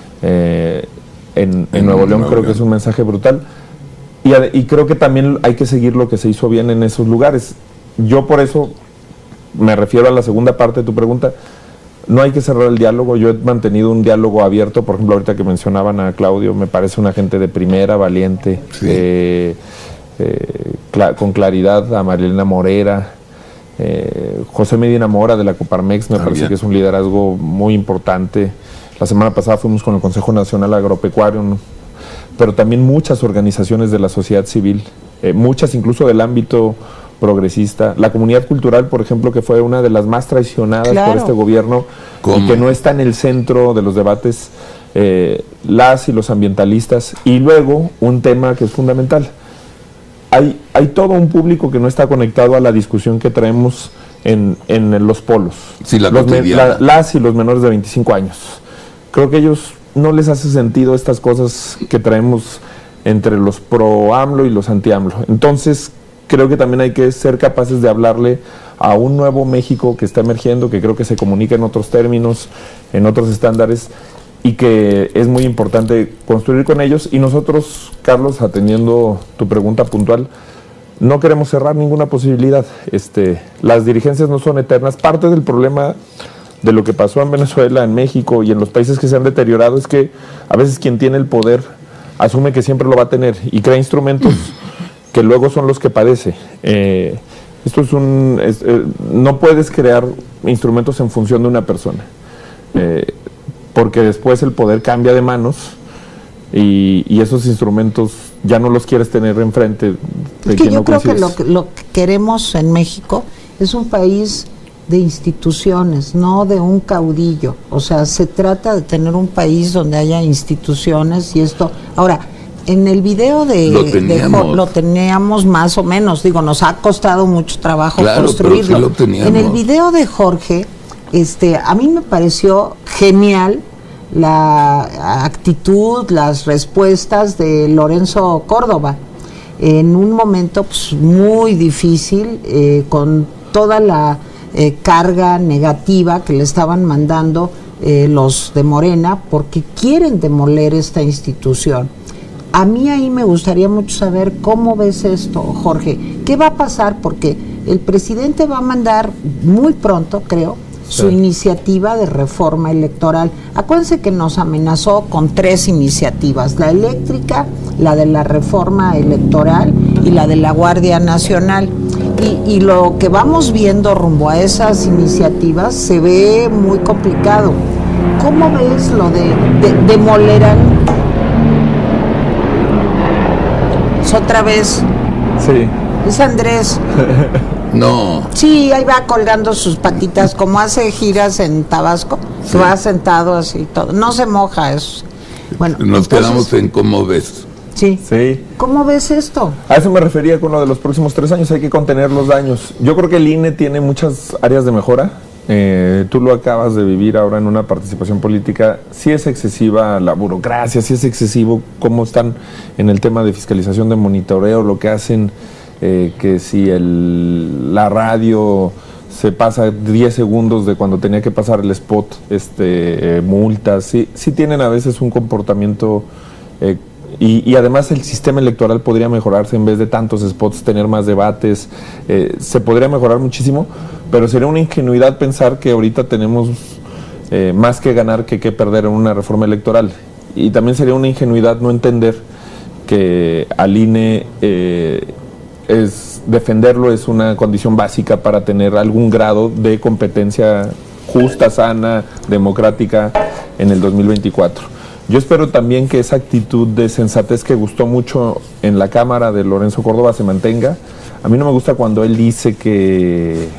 en Nuevo León creo que es un mensaje brutal. Y creo que también hay que seguir lo que se hizo bien en esos lugares. Yo por eso me refiero a la segunda parte de tu pregunta. No hay que cerrar el diálogo. Yo he mantenido un diálogo abierto. Por ejemplo, ahorita que mencionaban a Claudio, me parece una gente de primera, valiente, sí. Con claridad, a Marilena Morera, José Medina Mora de la Coparmex, me parece que es un liderazgo muy importante. La semana pasada fuimos con el Consejo Nacional Agropecuario, ¿no? Pero también muchas organizaciones de la sociedad civil, muchas incluso del ámbito progresista, la comunidad cultural, por ejemplo, que fue una de las más traicionadas por este gobierno y que no está en el centro de los debates, las y los ambientalistas, y luego un tema que es fundamental. Hay todo un público que no está conectado a la discusión que traemos en los polos, sí, las y los menores de 25 años. Creo que ellos no les hace sentido estas cosas que traemos entre los pro-AMLO y los anti-AMLO. Entonces, creo que también hay que ser capaces de hablarle a un nuevo México que está emergiendo, que creo que se comunica en otros términos, en otros estándares, y que es muy importante construir con ellos. Y nosotros, Carlos, atendiendo tu pregunta puntual, no queremos cerrar ninguna posibilidad. Las dirigencias no son eternas. Parte del problema de lo que pasó en Venezuela, en México y en los países que se han deteriorado es que a veces quien tiene el poder asume que siempre lo va a tener y crea instrumentos que luego son los que padece. Esto es no puedes crear instrumentos en función de una persona, porque después el poder cambia de manos y esos instrumentos ya no los quieres tener enfrente de quien no coincides. Yo creo que lo que queremos en México es un país de instituciones, no de un caudillo. O sea, se trata de tener un país donde haya instituciones y esto. Ahora, En el video lo teníamos más o menos, digo, nos ha costado mucho trabajo construirlo. Pero sí lo teníamos. En el video de Jorge, a mí me pareció genial la actitud, las respuestas de Lorenzo Córdoba en un momento pues, muy difícil, con toda la carga negativa que le estaban mandando los de Morena, porque quieren demoler esta institución. A mí ahí me gustaría mucho saber cómo ves esto, Jorge. ¿Qué va a pasar? Porque el presidente va a mandar muy pronto, creo, su iniciativa de reforma electoral. Acuérdense que nos amenazó con 3 iniciativas: la eléctrica, la de la reforma electoral y la de la Guardia Nacional. Y lo que vamos viendo rumbo a esas iniciativas se ve muy complicado. ¿Cómo ves lo de demoler otra vez? Sí. Es Andrés. No. Sí, ahí va colgando sus patitas, como hace giras en Tabasco, se va sentado así todo. No se moja eso. Bueno, nos quedamos en cómo ves. Sí. ¿Cómo ves esto? A eso me refería con lo de los próximos 3 años, hay que contener los daños. Yo creo que el INE tiene muchas áreas de mejora. Tú lo acabas de vivir ahora en una participación política. Sí es excesiva la burocracia, sí es excesivo cómo están en el tema de fiscalización, de monitoreo, lo que hacen, que si la radio se pasa 10 segundos de cuando tenía que pasar el spot, multas, sí tienen a veces un comportamiento, y además el sistema electoral podría mejorarse. En vez de tantos spots, tener más debates, se podría mejorar muchísimo, pero sería una ingenuidad pensar que ahorita tenemos más que ganar que perder en una reforma electoral, y también sería una ingenuidad no entender que al INE defenderlo es una condición básica para tener algún grado de competencia justa, sana, democrática en el 2024. Yo espero también que esa actitud de sensatez que gustó mucho en la Cámara de Lorenzo Córdoba se mantenga. A mí no me gusta cuando él dice que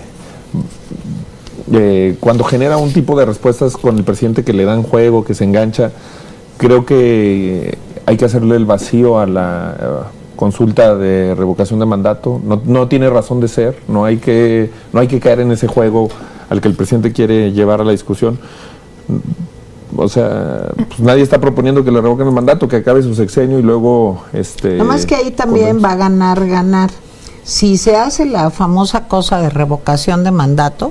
cuando genera un tipo de respuestas con el presidente que le dan juego, que se engancha. Creo que hay que hacerle el vacío a la consulta de revocación de mandato. No tiene razón de ser, no hay que caer en ese juego al que el presidente quiere llevar a la discusión. O sea, pues nadie está proponiendo que le revoquen el mandato, que acabe su sexenio y luego Nada más que ahí también va a ganar. Si se hace la famosa cosa de revocación de mandato,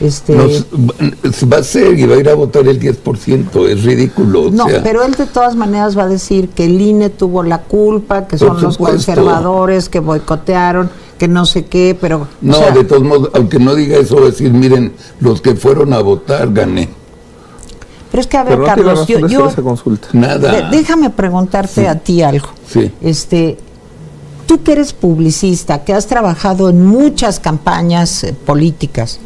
va a ser y va a ir a votar el 10%, es ridículo. No, pero él de todas maneras va a decir que el INE tuvo la culpa, que son los conservadores que boicotearon, que no sé qué, pero... No, o sea, de todos modos, aunque no diga eso, va a decir, miren, los que fueron a votar, gané. Pero es que, a ver, Carlos, yo nada. Déjame preguntarte a ti algo. Sí. Tú que eres publicista, que has trabajado en muchas campañas políticas,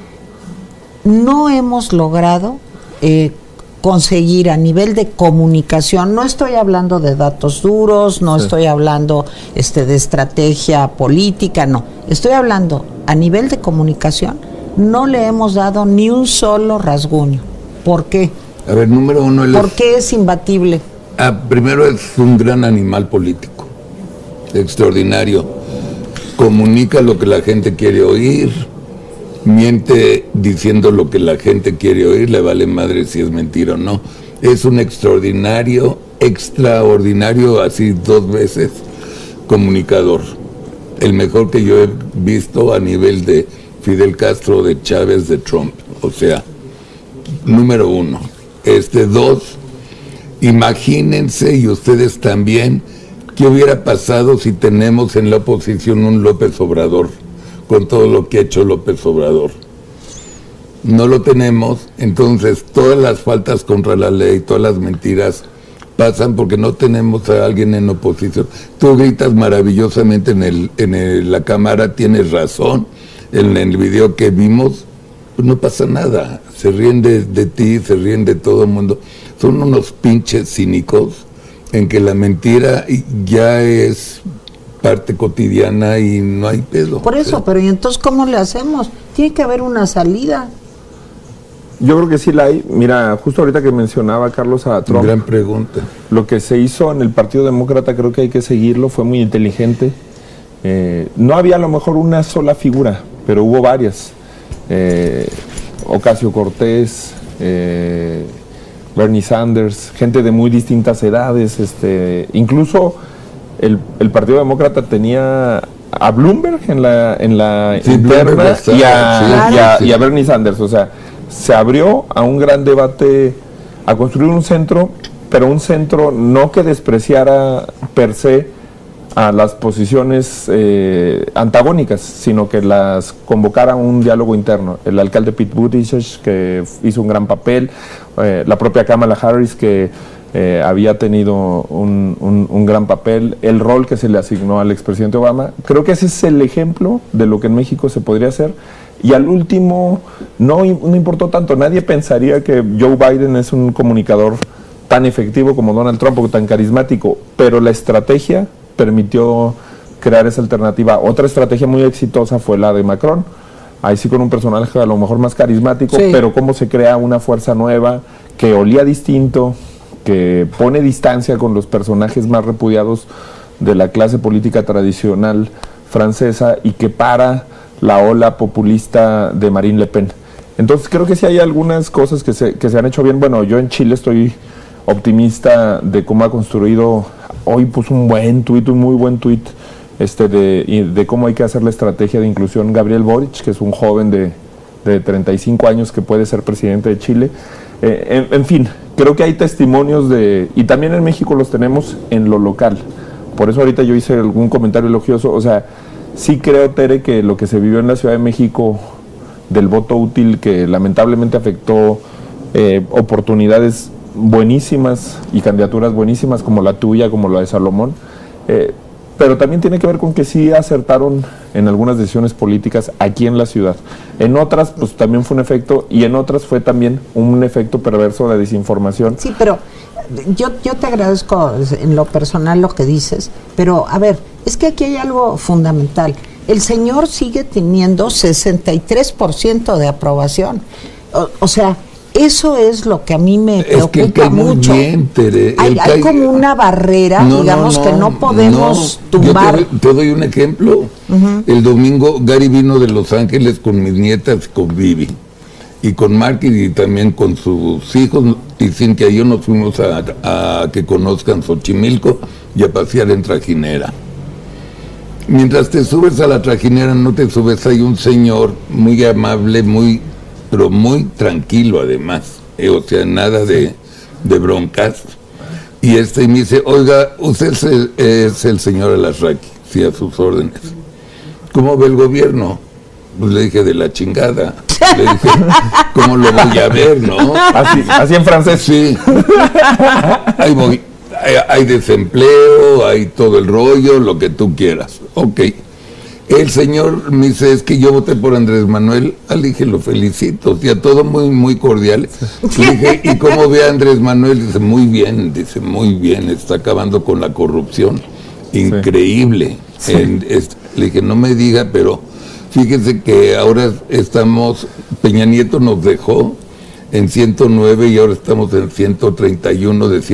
no hemos logrado conseguir a nivel de comunicación, no estoy hablando de datos duros, no estoy hablando de estrategia política, no, estoy hablando a nivel de comunicación, no le hemos dado ni un solo rasguño. ¿Por qué? A ver, número uno... ¿Por qué es imbatible? Primero, es un gran animal político, extraordinario. Comunica lo que la gente quiere oír, miente diciendo lo que la gente quiere oír, le vale madre si es mentira o no. Es un extraordinario, así 2 veces, comunicador. El mejor que yo he visto a nivel de Fidel Castro, de Chávez, de Trump. O sea... Número 1. 2, imagínense, y ustedes también, qué hubiera pasado si tenemos en la oposición un López Obrador, con todo lo que ha hecho López Obrador. No lo tenemos, entonces todas las faltas contra la ley, todas las mentiras pasan porque no tenemos a alguien en oposición. Tú gritas maravillosamente en la cámara, tienes razón, en el video que vimos, pues no pasa nada, se ríen de ti, se ríen de todo el mundo. Son unos pinches cínicos en que la mentira ya es parte cotidiana y no hay pedo. Por eso, pero ¿y entonces cómo le hacemos? Tiene que haber una salida. Yo creo que sí la hay. Mira, justo ahorita que mencionaba Carlos a Trump. Gran pregunta. Lo que se hizo en el Partido Demócrata creo que hay que seguirlo, fue muy inteligente. No había a lo mejor una sola figura, pero hubo varias. Ocasio-Cortez, Bernie Sanders, gente de muy distintas edades. Incluso el Partido Demócrata tenía a Bloomberg en la sí, interna y a Bernie Sanders. O sea, se abrió a un gran debate, a construir un centro, pero un centro no que despreciara per se a las posiciones antagónicas, sino que las convocara a un diálogo interno. El alcalde Pete Buttigieg, que hizo un gran papel, la propia Kamala Harris, que había tenido un gran papel, el rol que se le asignó al expresidente Obama. Creo que ese es el ejemplo de lo que en México se podría hacer. Y al último, no importó tanto. Nadie pensaría que Joe Biden es un comunicador tan efectivo como Donald Trump o tan carismático, pero la estrategia permitió crear esa alternativa. Otra estrategia muy exitosa fue la de Macron, ahí sí con un personaje a lo mejor más carismático, sí, pero cómo se crea una fuerza nueva que olía distinto, que pone distancia con los personajes más repudiados de la clase política tradicional francesa y que para la ola populista de Marine Le Pen. Entonces creo que sí hay algunas cosas que se han hecho bien. Bueno, yo en Chile estoy optimista de cómo ha construido. Hoy puso un buen tuit, un muy buen tuit de cómo hay que hacer la estrategia de inclusión Gabriel Boric, que es un joven de 35 años que puede ser presidente de Chile. En fin, creo que hay testimonios y también en México los tenemos en lo local. Por eso ahorita yo hice algún comentario elogioso. O sea, sí creo, Tere, que lo que se vivió en la Ciudad de México del voto útil, que lamentablemente afectó oportunidades buenísimas y candidaturas buenísimas como la tuya, como la de Salomón, pero también tiene que ver con que sí acertaron en algunas decisiones políticas aquí en la ciudad. En otras, pues también fue un efecto, y en otras fue también un efecto perverso de desinformación. Sí, pero yo te agradezco en lo personal lo que dices, pero a ver, es que aquí hay algo fundamental. El señor sigue teniendo 63% de aprobación. O sea, eso es lo que a mí me preocupa mucho. Bien, Tere. Hay como una barrera, digamos, que no podemos tumbar. Yo te doy un ejemplo. El domingo Gary vino de Los Ángeles con mis nietas, con Vivi, y con Mark y también con sus hijos, y Cintia y yo nos fuimos a que conozcan Xochimilco y a pasear en trajinera. Mientras te subes a la trajinera, no te subes, hay un señor muy amable, pero muy tranquilo además, o sea, nada de broncas. Y me dice, oiga, usted es el señor Alasraqui, sí, a sus órdenes. ¿Cómo ve el gobierno? Pues le dije, de la chingada. Le dije, ¿cómo lo voy a ver, no? Así en francés. Sí. Ahí voy. Hay desempleo, hay todo el rollo, lo que tú quieras. Ok. El señor me dice, es que yo voté por Andrés Manuel. Le dije, lo felicito, o sea, todo muy, muy cordial. Le dije, ¿y cómo ve a Andrés Manuel? Dice, muy bien, está acabando con la corrupción. Increíble. Sí. Le dije, no me diga, pero fíjese que ahora Peña Nieto nos dejó en 109 y ahora estamos en 131 de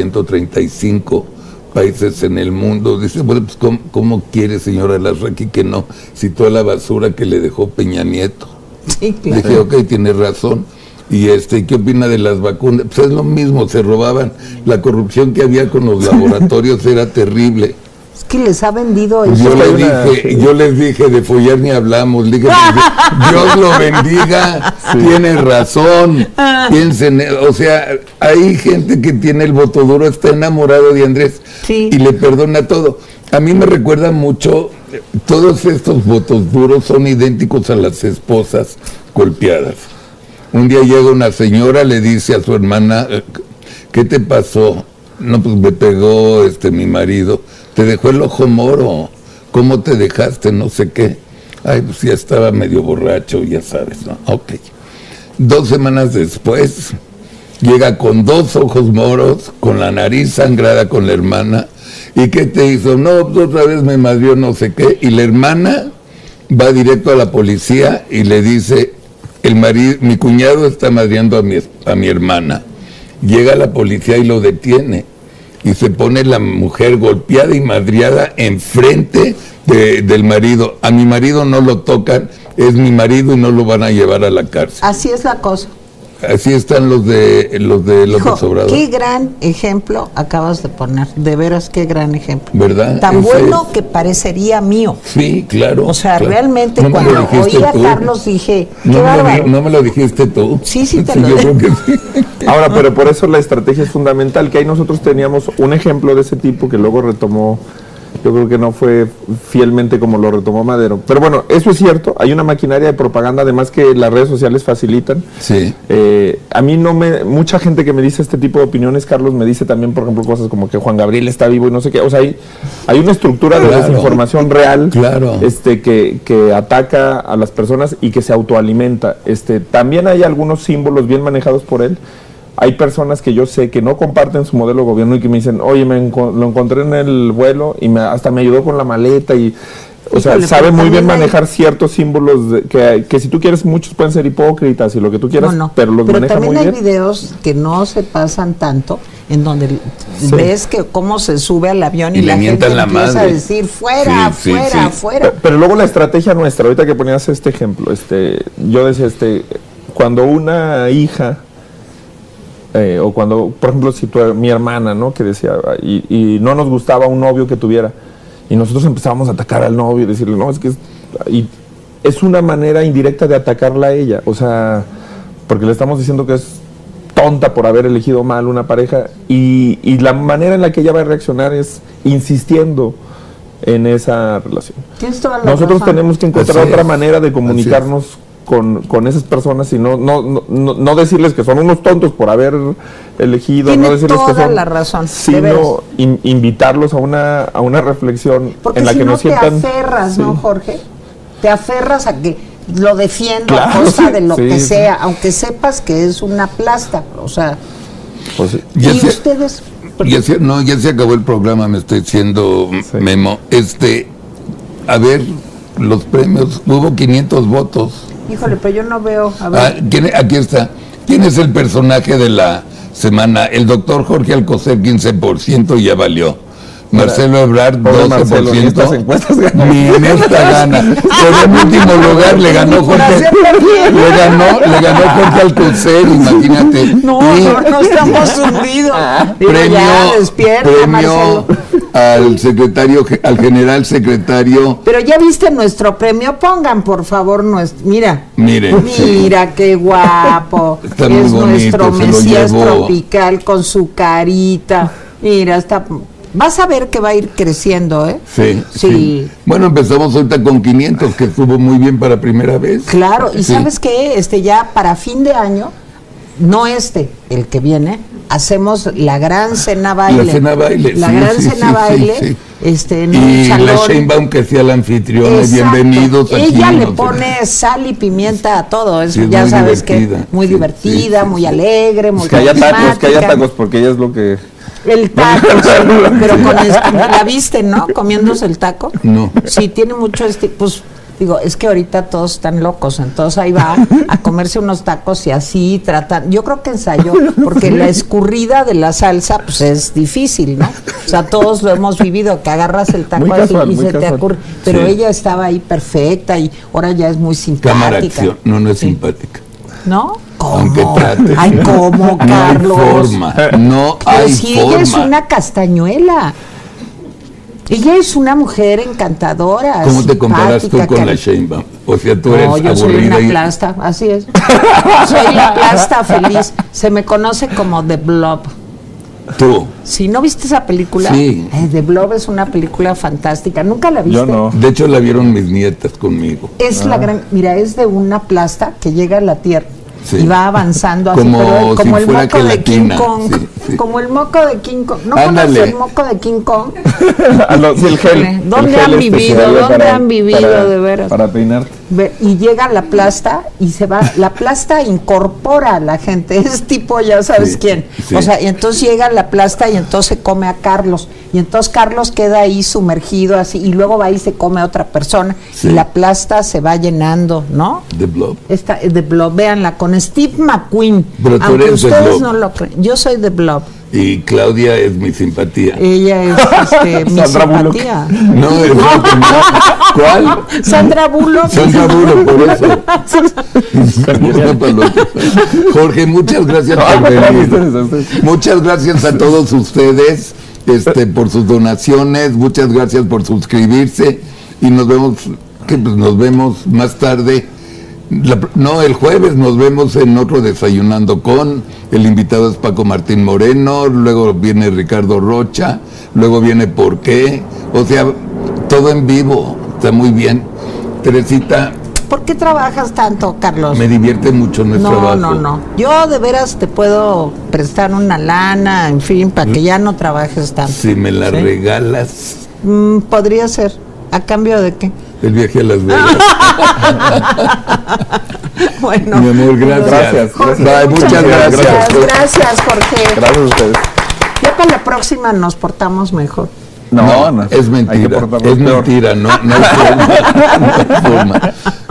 135 países en el mundo. Dice, bueno, pues ¿cómo quiere, señora Alasraqui, que no? Si toda la basura que le dejó Peña Nieto. Sí, claro. Dije, ok, tiene razón. Y ¿qué opina de las vacunas? Pues es lo mismo, se robaban. La corrupción que había con los laboratorios era terrible. Es que les ha vendido eso. Yo les dije, de follar ni hablamos. Le dije, Dios lo bendiga, sí. Tiene razón. Piensen, o sea, hay gente que tiene el voto duro, está enamorado de Andrés, sí, y le perdona todo. A mí me recuerda mucho, todos estos votos duros son idénticos a las esposas golpeadas. Un día llega una señora, le dice a su hermana, ¿qué te pasó? No, pues me pegó mi marido. Te dejó el ojo moro. ¿Cómo te dejaste? No sé qué. Ay, pues ya estaba medio borracho, ya sabes, ¿no? Ok. 2 semanas después, llega con 2 ojos moros, con la nariz sangrada con la hermana. ¿Y qué te hizo? No, pues otra vez me madrió no sé qué. Y la hermana va directo a la policía y le dice, mi cuñado está madreando a mi hermana. Llega la policía y lo detiene. Y se pone la mujer golpeada y madreada enfrente del marido. A mi marido no lo tocan, es mi marido y no lo van a llevar a la cárcel. Así es la cosa. Así están los de López Obrador. Qué gran ejemplo acabas de poner, de veras qué gran ejemplo. ¿Verdad? Tan bueno que parecería mío. Sí, claro. O sea, claro. realmente ¿No cuando oí a Carlos dije, qué bárbaro. ¿No me lo dijiste tú? Sí, te lo yo dije. creo que sí. Ahora, pero por eso la estrategia es fundamental, que ahí nosotros teníamos un ejemplo de ese tipo que luego retomó. Yo creo que no fue fielmente como lo retomó Madero. Pero bueno, eso es cierto. Hay una maquinaria de propaganda, además que las redes sociales facilitan. Sí. A mí mucha gente que me dice este tipo de opiniones, Carlos, me dice también, por ejemplo, cosas como que Juan Gabriel está vivo y no sé qué. O sea, hay una estructura de desinformación real que ataca a las personas y que se autoalimenta. También hay algunos símbolos bien manejados por él. Hay personas que yo sé que no comparten su modelo de gobierno y que me dicen, oye, lo encontré en el vuelo y hasta me ayudó con la maleta y... O sea, sabe muy bien manejar ciertos símbolos que si tú quieres, muchos pueden ser hipócritas y lo que tú quieras, pero los maneja muy bien. Pero también hay videos que no se pasan tanto, en donde ves que cómo se sube al avión y la gente empieza a decir, fuera. Pero luego la estrategia nuestra, ahorita que ponías este ejemplo, yo decía, cuando una hija... o cuando, por ejemplo, si mi hermana, ¿no? Que decía, y no nos gustaba un novio que tuviera, y nosotros empezábamos a atacar al novio y decirle, no, es que es una manera indirecta de atacarla a ella, o sea, porque le estamos diciendo que es tonta por haber elegido mal una pareja, y la manera en la que ella va a reaccionar es insistiendo en esa relación. Nosotros tenemos que encontrar otra manera de comunicarnos con esas personas y no decirles que son unos tontos por haber elegido, tiene no decirles toda que son la razón, sino invitarlos a una reflexión. Porque en la si que no nos sientan, te aferras, ¿no, Jorge? Te aferras a que lo defiendo claro, a costa de lo que sí. sea, aunque sepas que es una plasta, o sea, pues, y ustedes... Ya se acabó el programa, me estoy diciendo, Memo. A ver, los premios, hubo 500 votos. Híjole, pero yo no veo. A ver. Aquí está. ¿Quién es el personaje de la semana? El doctor Jorge Alcocer, 15%, y ya valió. Marcelo Ebrard, 12%. Marcelo, ni estas encuestas gana. Ni en esta gana. Pero en último lugar le ganó Jorge. Le ganó Jorge Alcocer, imagínate. No estamos hundidos. Premio al secretario, al general secretario. Pero ya viste nuestro premio, pongan por favor Mira qué guapo. Está es muy bonito, nuestro Mesías tropical con su carita. Mira, vas a ver que va a ir creciendo, ¿eh? Sí. Bueno, empezamos ahorita con 500, que estuvo muy bien para primera vez. Claro, y ¿sabes qué? Ya para fin de año, no el que viene, hacemos la gran cena baile. La gran cena baile. En un salón. La Sheinbaum que sea la anfitriona, bienvenidos aquí. Ella le pone sal y pimienta a todo eso, ya sabes que muy divertida, muy alegre, muy que haya tacos, porque ella es lo que... El taco, pero la viste, ¿no? Comiéndose el taco. No. Sí, tiene mucho pues digo, es que ahorita todos están locos, entonces ahí va a comerse unos tacos y así tratan. Yo creo que ensayó, porque la escurrida de la salsa, pues es difícil, ¿no? O sea, todos lo hemos vivido, que agarras el taco así y se te ocurre. Pero ella estaba ahí perfecta y ahora ya es muy simpática. Cámara acción, no es simpática. ¿No? ¿Cómo? Aunque trate. Ay, ¿cómo, Carlos? No hay forma. Ella es una castañuela. Ella es una mujer encantadora. ¿Cómo te comparas tú con la Sheinbaum? O sea, tú eres aburrida. Yo soy una plasta, así es. Soy la plasta feliz. Se me conoce como The Blob. ¿Tú? ¿Sí? ¿No viste esa película? Sí. The Blob es una película fantástica. ¿Nunca la viste? Yo no. De hecho, la vieron mis nietas conmigo. Es la gran... Mira, es de una plasta que llega a la Tierra. Sí. Y va avanzando así, como como si el moco gelatina. de King Kong. Sí. Como el moco de King Kong. ¿No Ándale. conoces el moco de King Kong? el gel. ¿Dónde han vivido? ¿Dónde han vivido, de veras? Para peinarte. Y llega la plasta y se va, la plasta incorpora a la gente, es tipo ya sabes quién, o sea, y entonces llega la plasta y entonces se come a Carlos, y entonces Carlos queda ahí sumergido así, y luego va y se come a otra persona, y la plasta se va llenando, ¿no? The Blob. The Blob, véanla, con Steve McQueen, pero tú aunque eres ustedes no lo creen, yo soy The Blob. Y Claudia es mi simpatía. Ella es mi simpatía. No, ¿cuál? Sandra Bullock. Sandra Bullock, por eso. Jorge, muchas gracias por venir. Muchas gracias a todos ustedes por sus donaciones. Muchas gracias por suscribirse. Y nos vemos más tarde. El jueves nos vemos en otro Desayunando con. El invitado es Paco Martín Moreno, luego viene Ricardo Rocha, luego viene ¿Por qué? O sea, todo en vivo, está muy bien. Teresita. ¿Por qué trabajas tanto, Carlos? Me divierte mucho nuestro trabajo. No. Yo de veras te puedo prestar una lana, en fin, para que ya no trabajes tanto. Si me la regalas. Podría ser. ¿A cambio de qué? El viaje a Las Vegas. Bueno. Mi amor, gracias. Jorge, muchas gracias. Gracias, Jorge. Gracias a ustedes. Ya para la próxima nos portamos mejor. No, es mentira. Es mentira, no hay forma.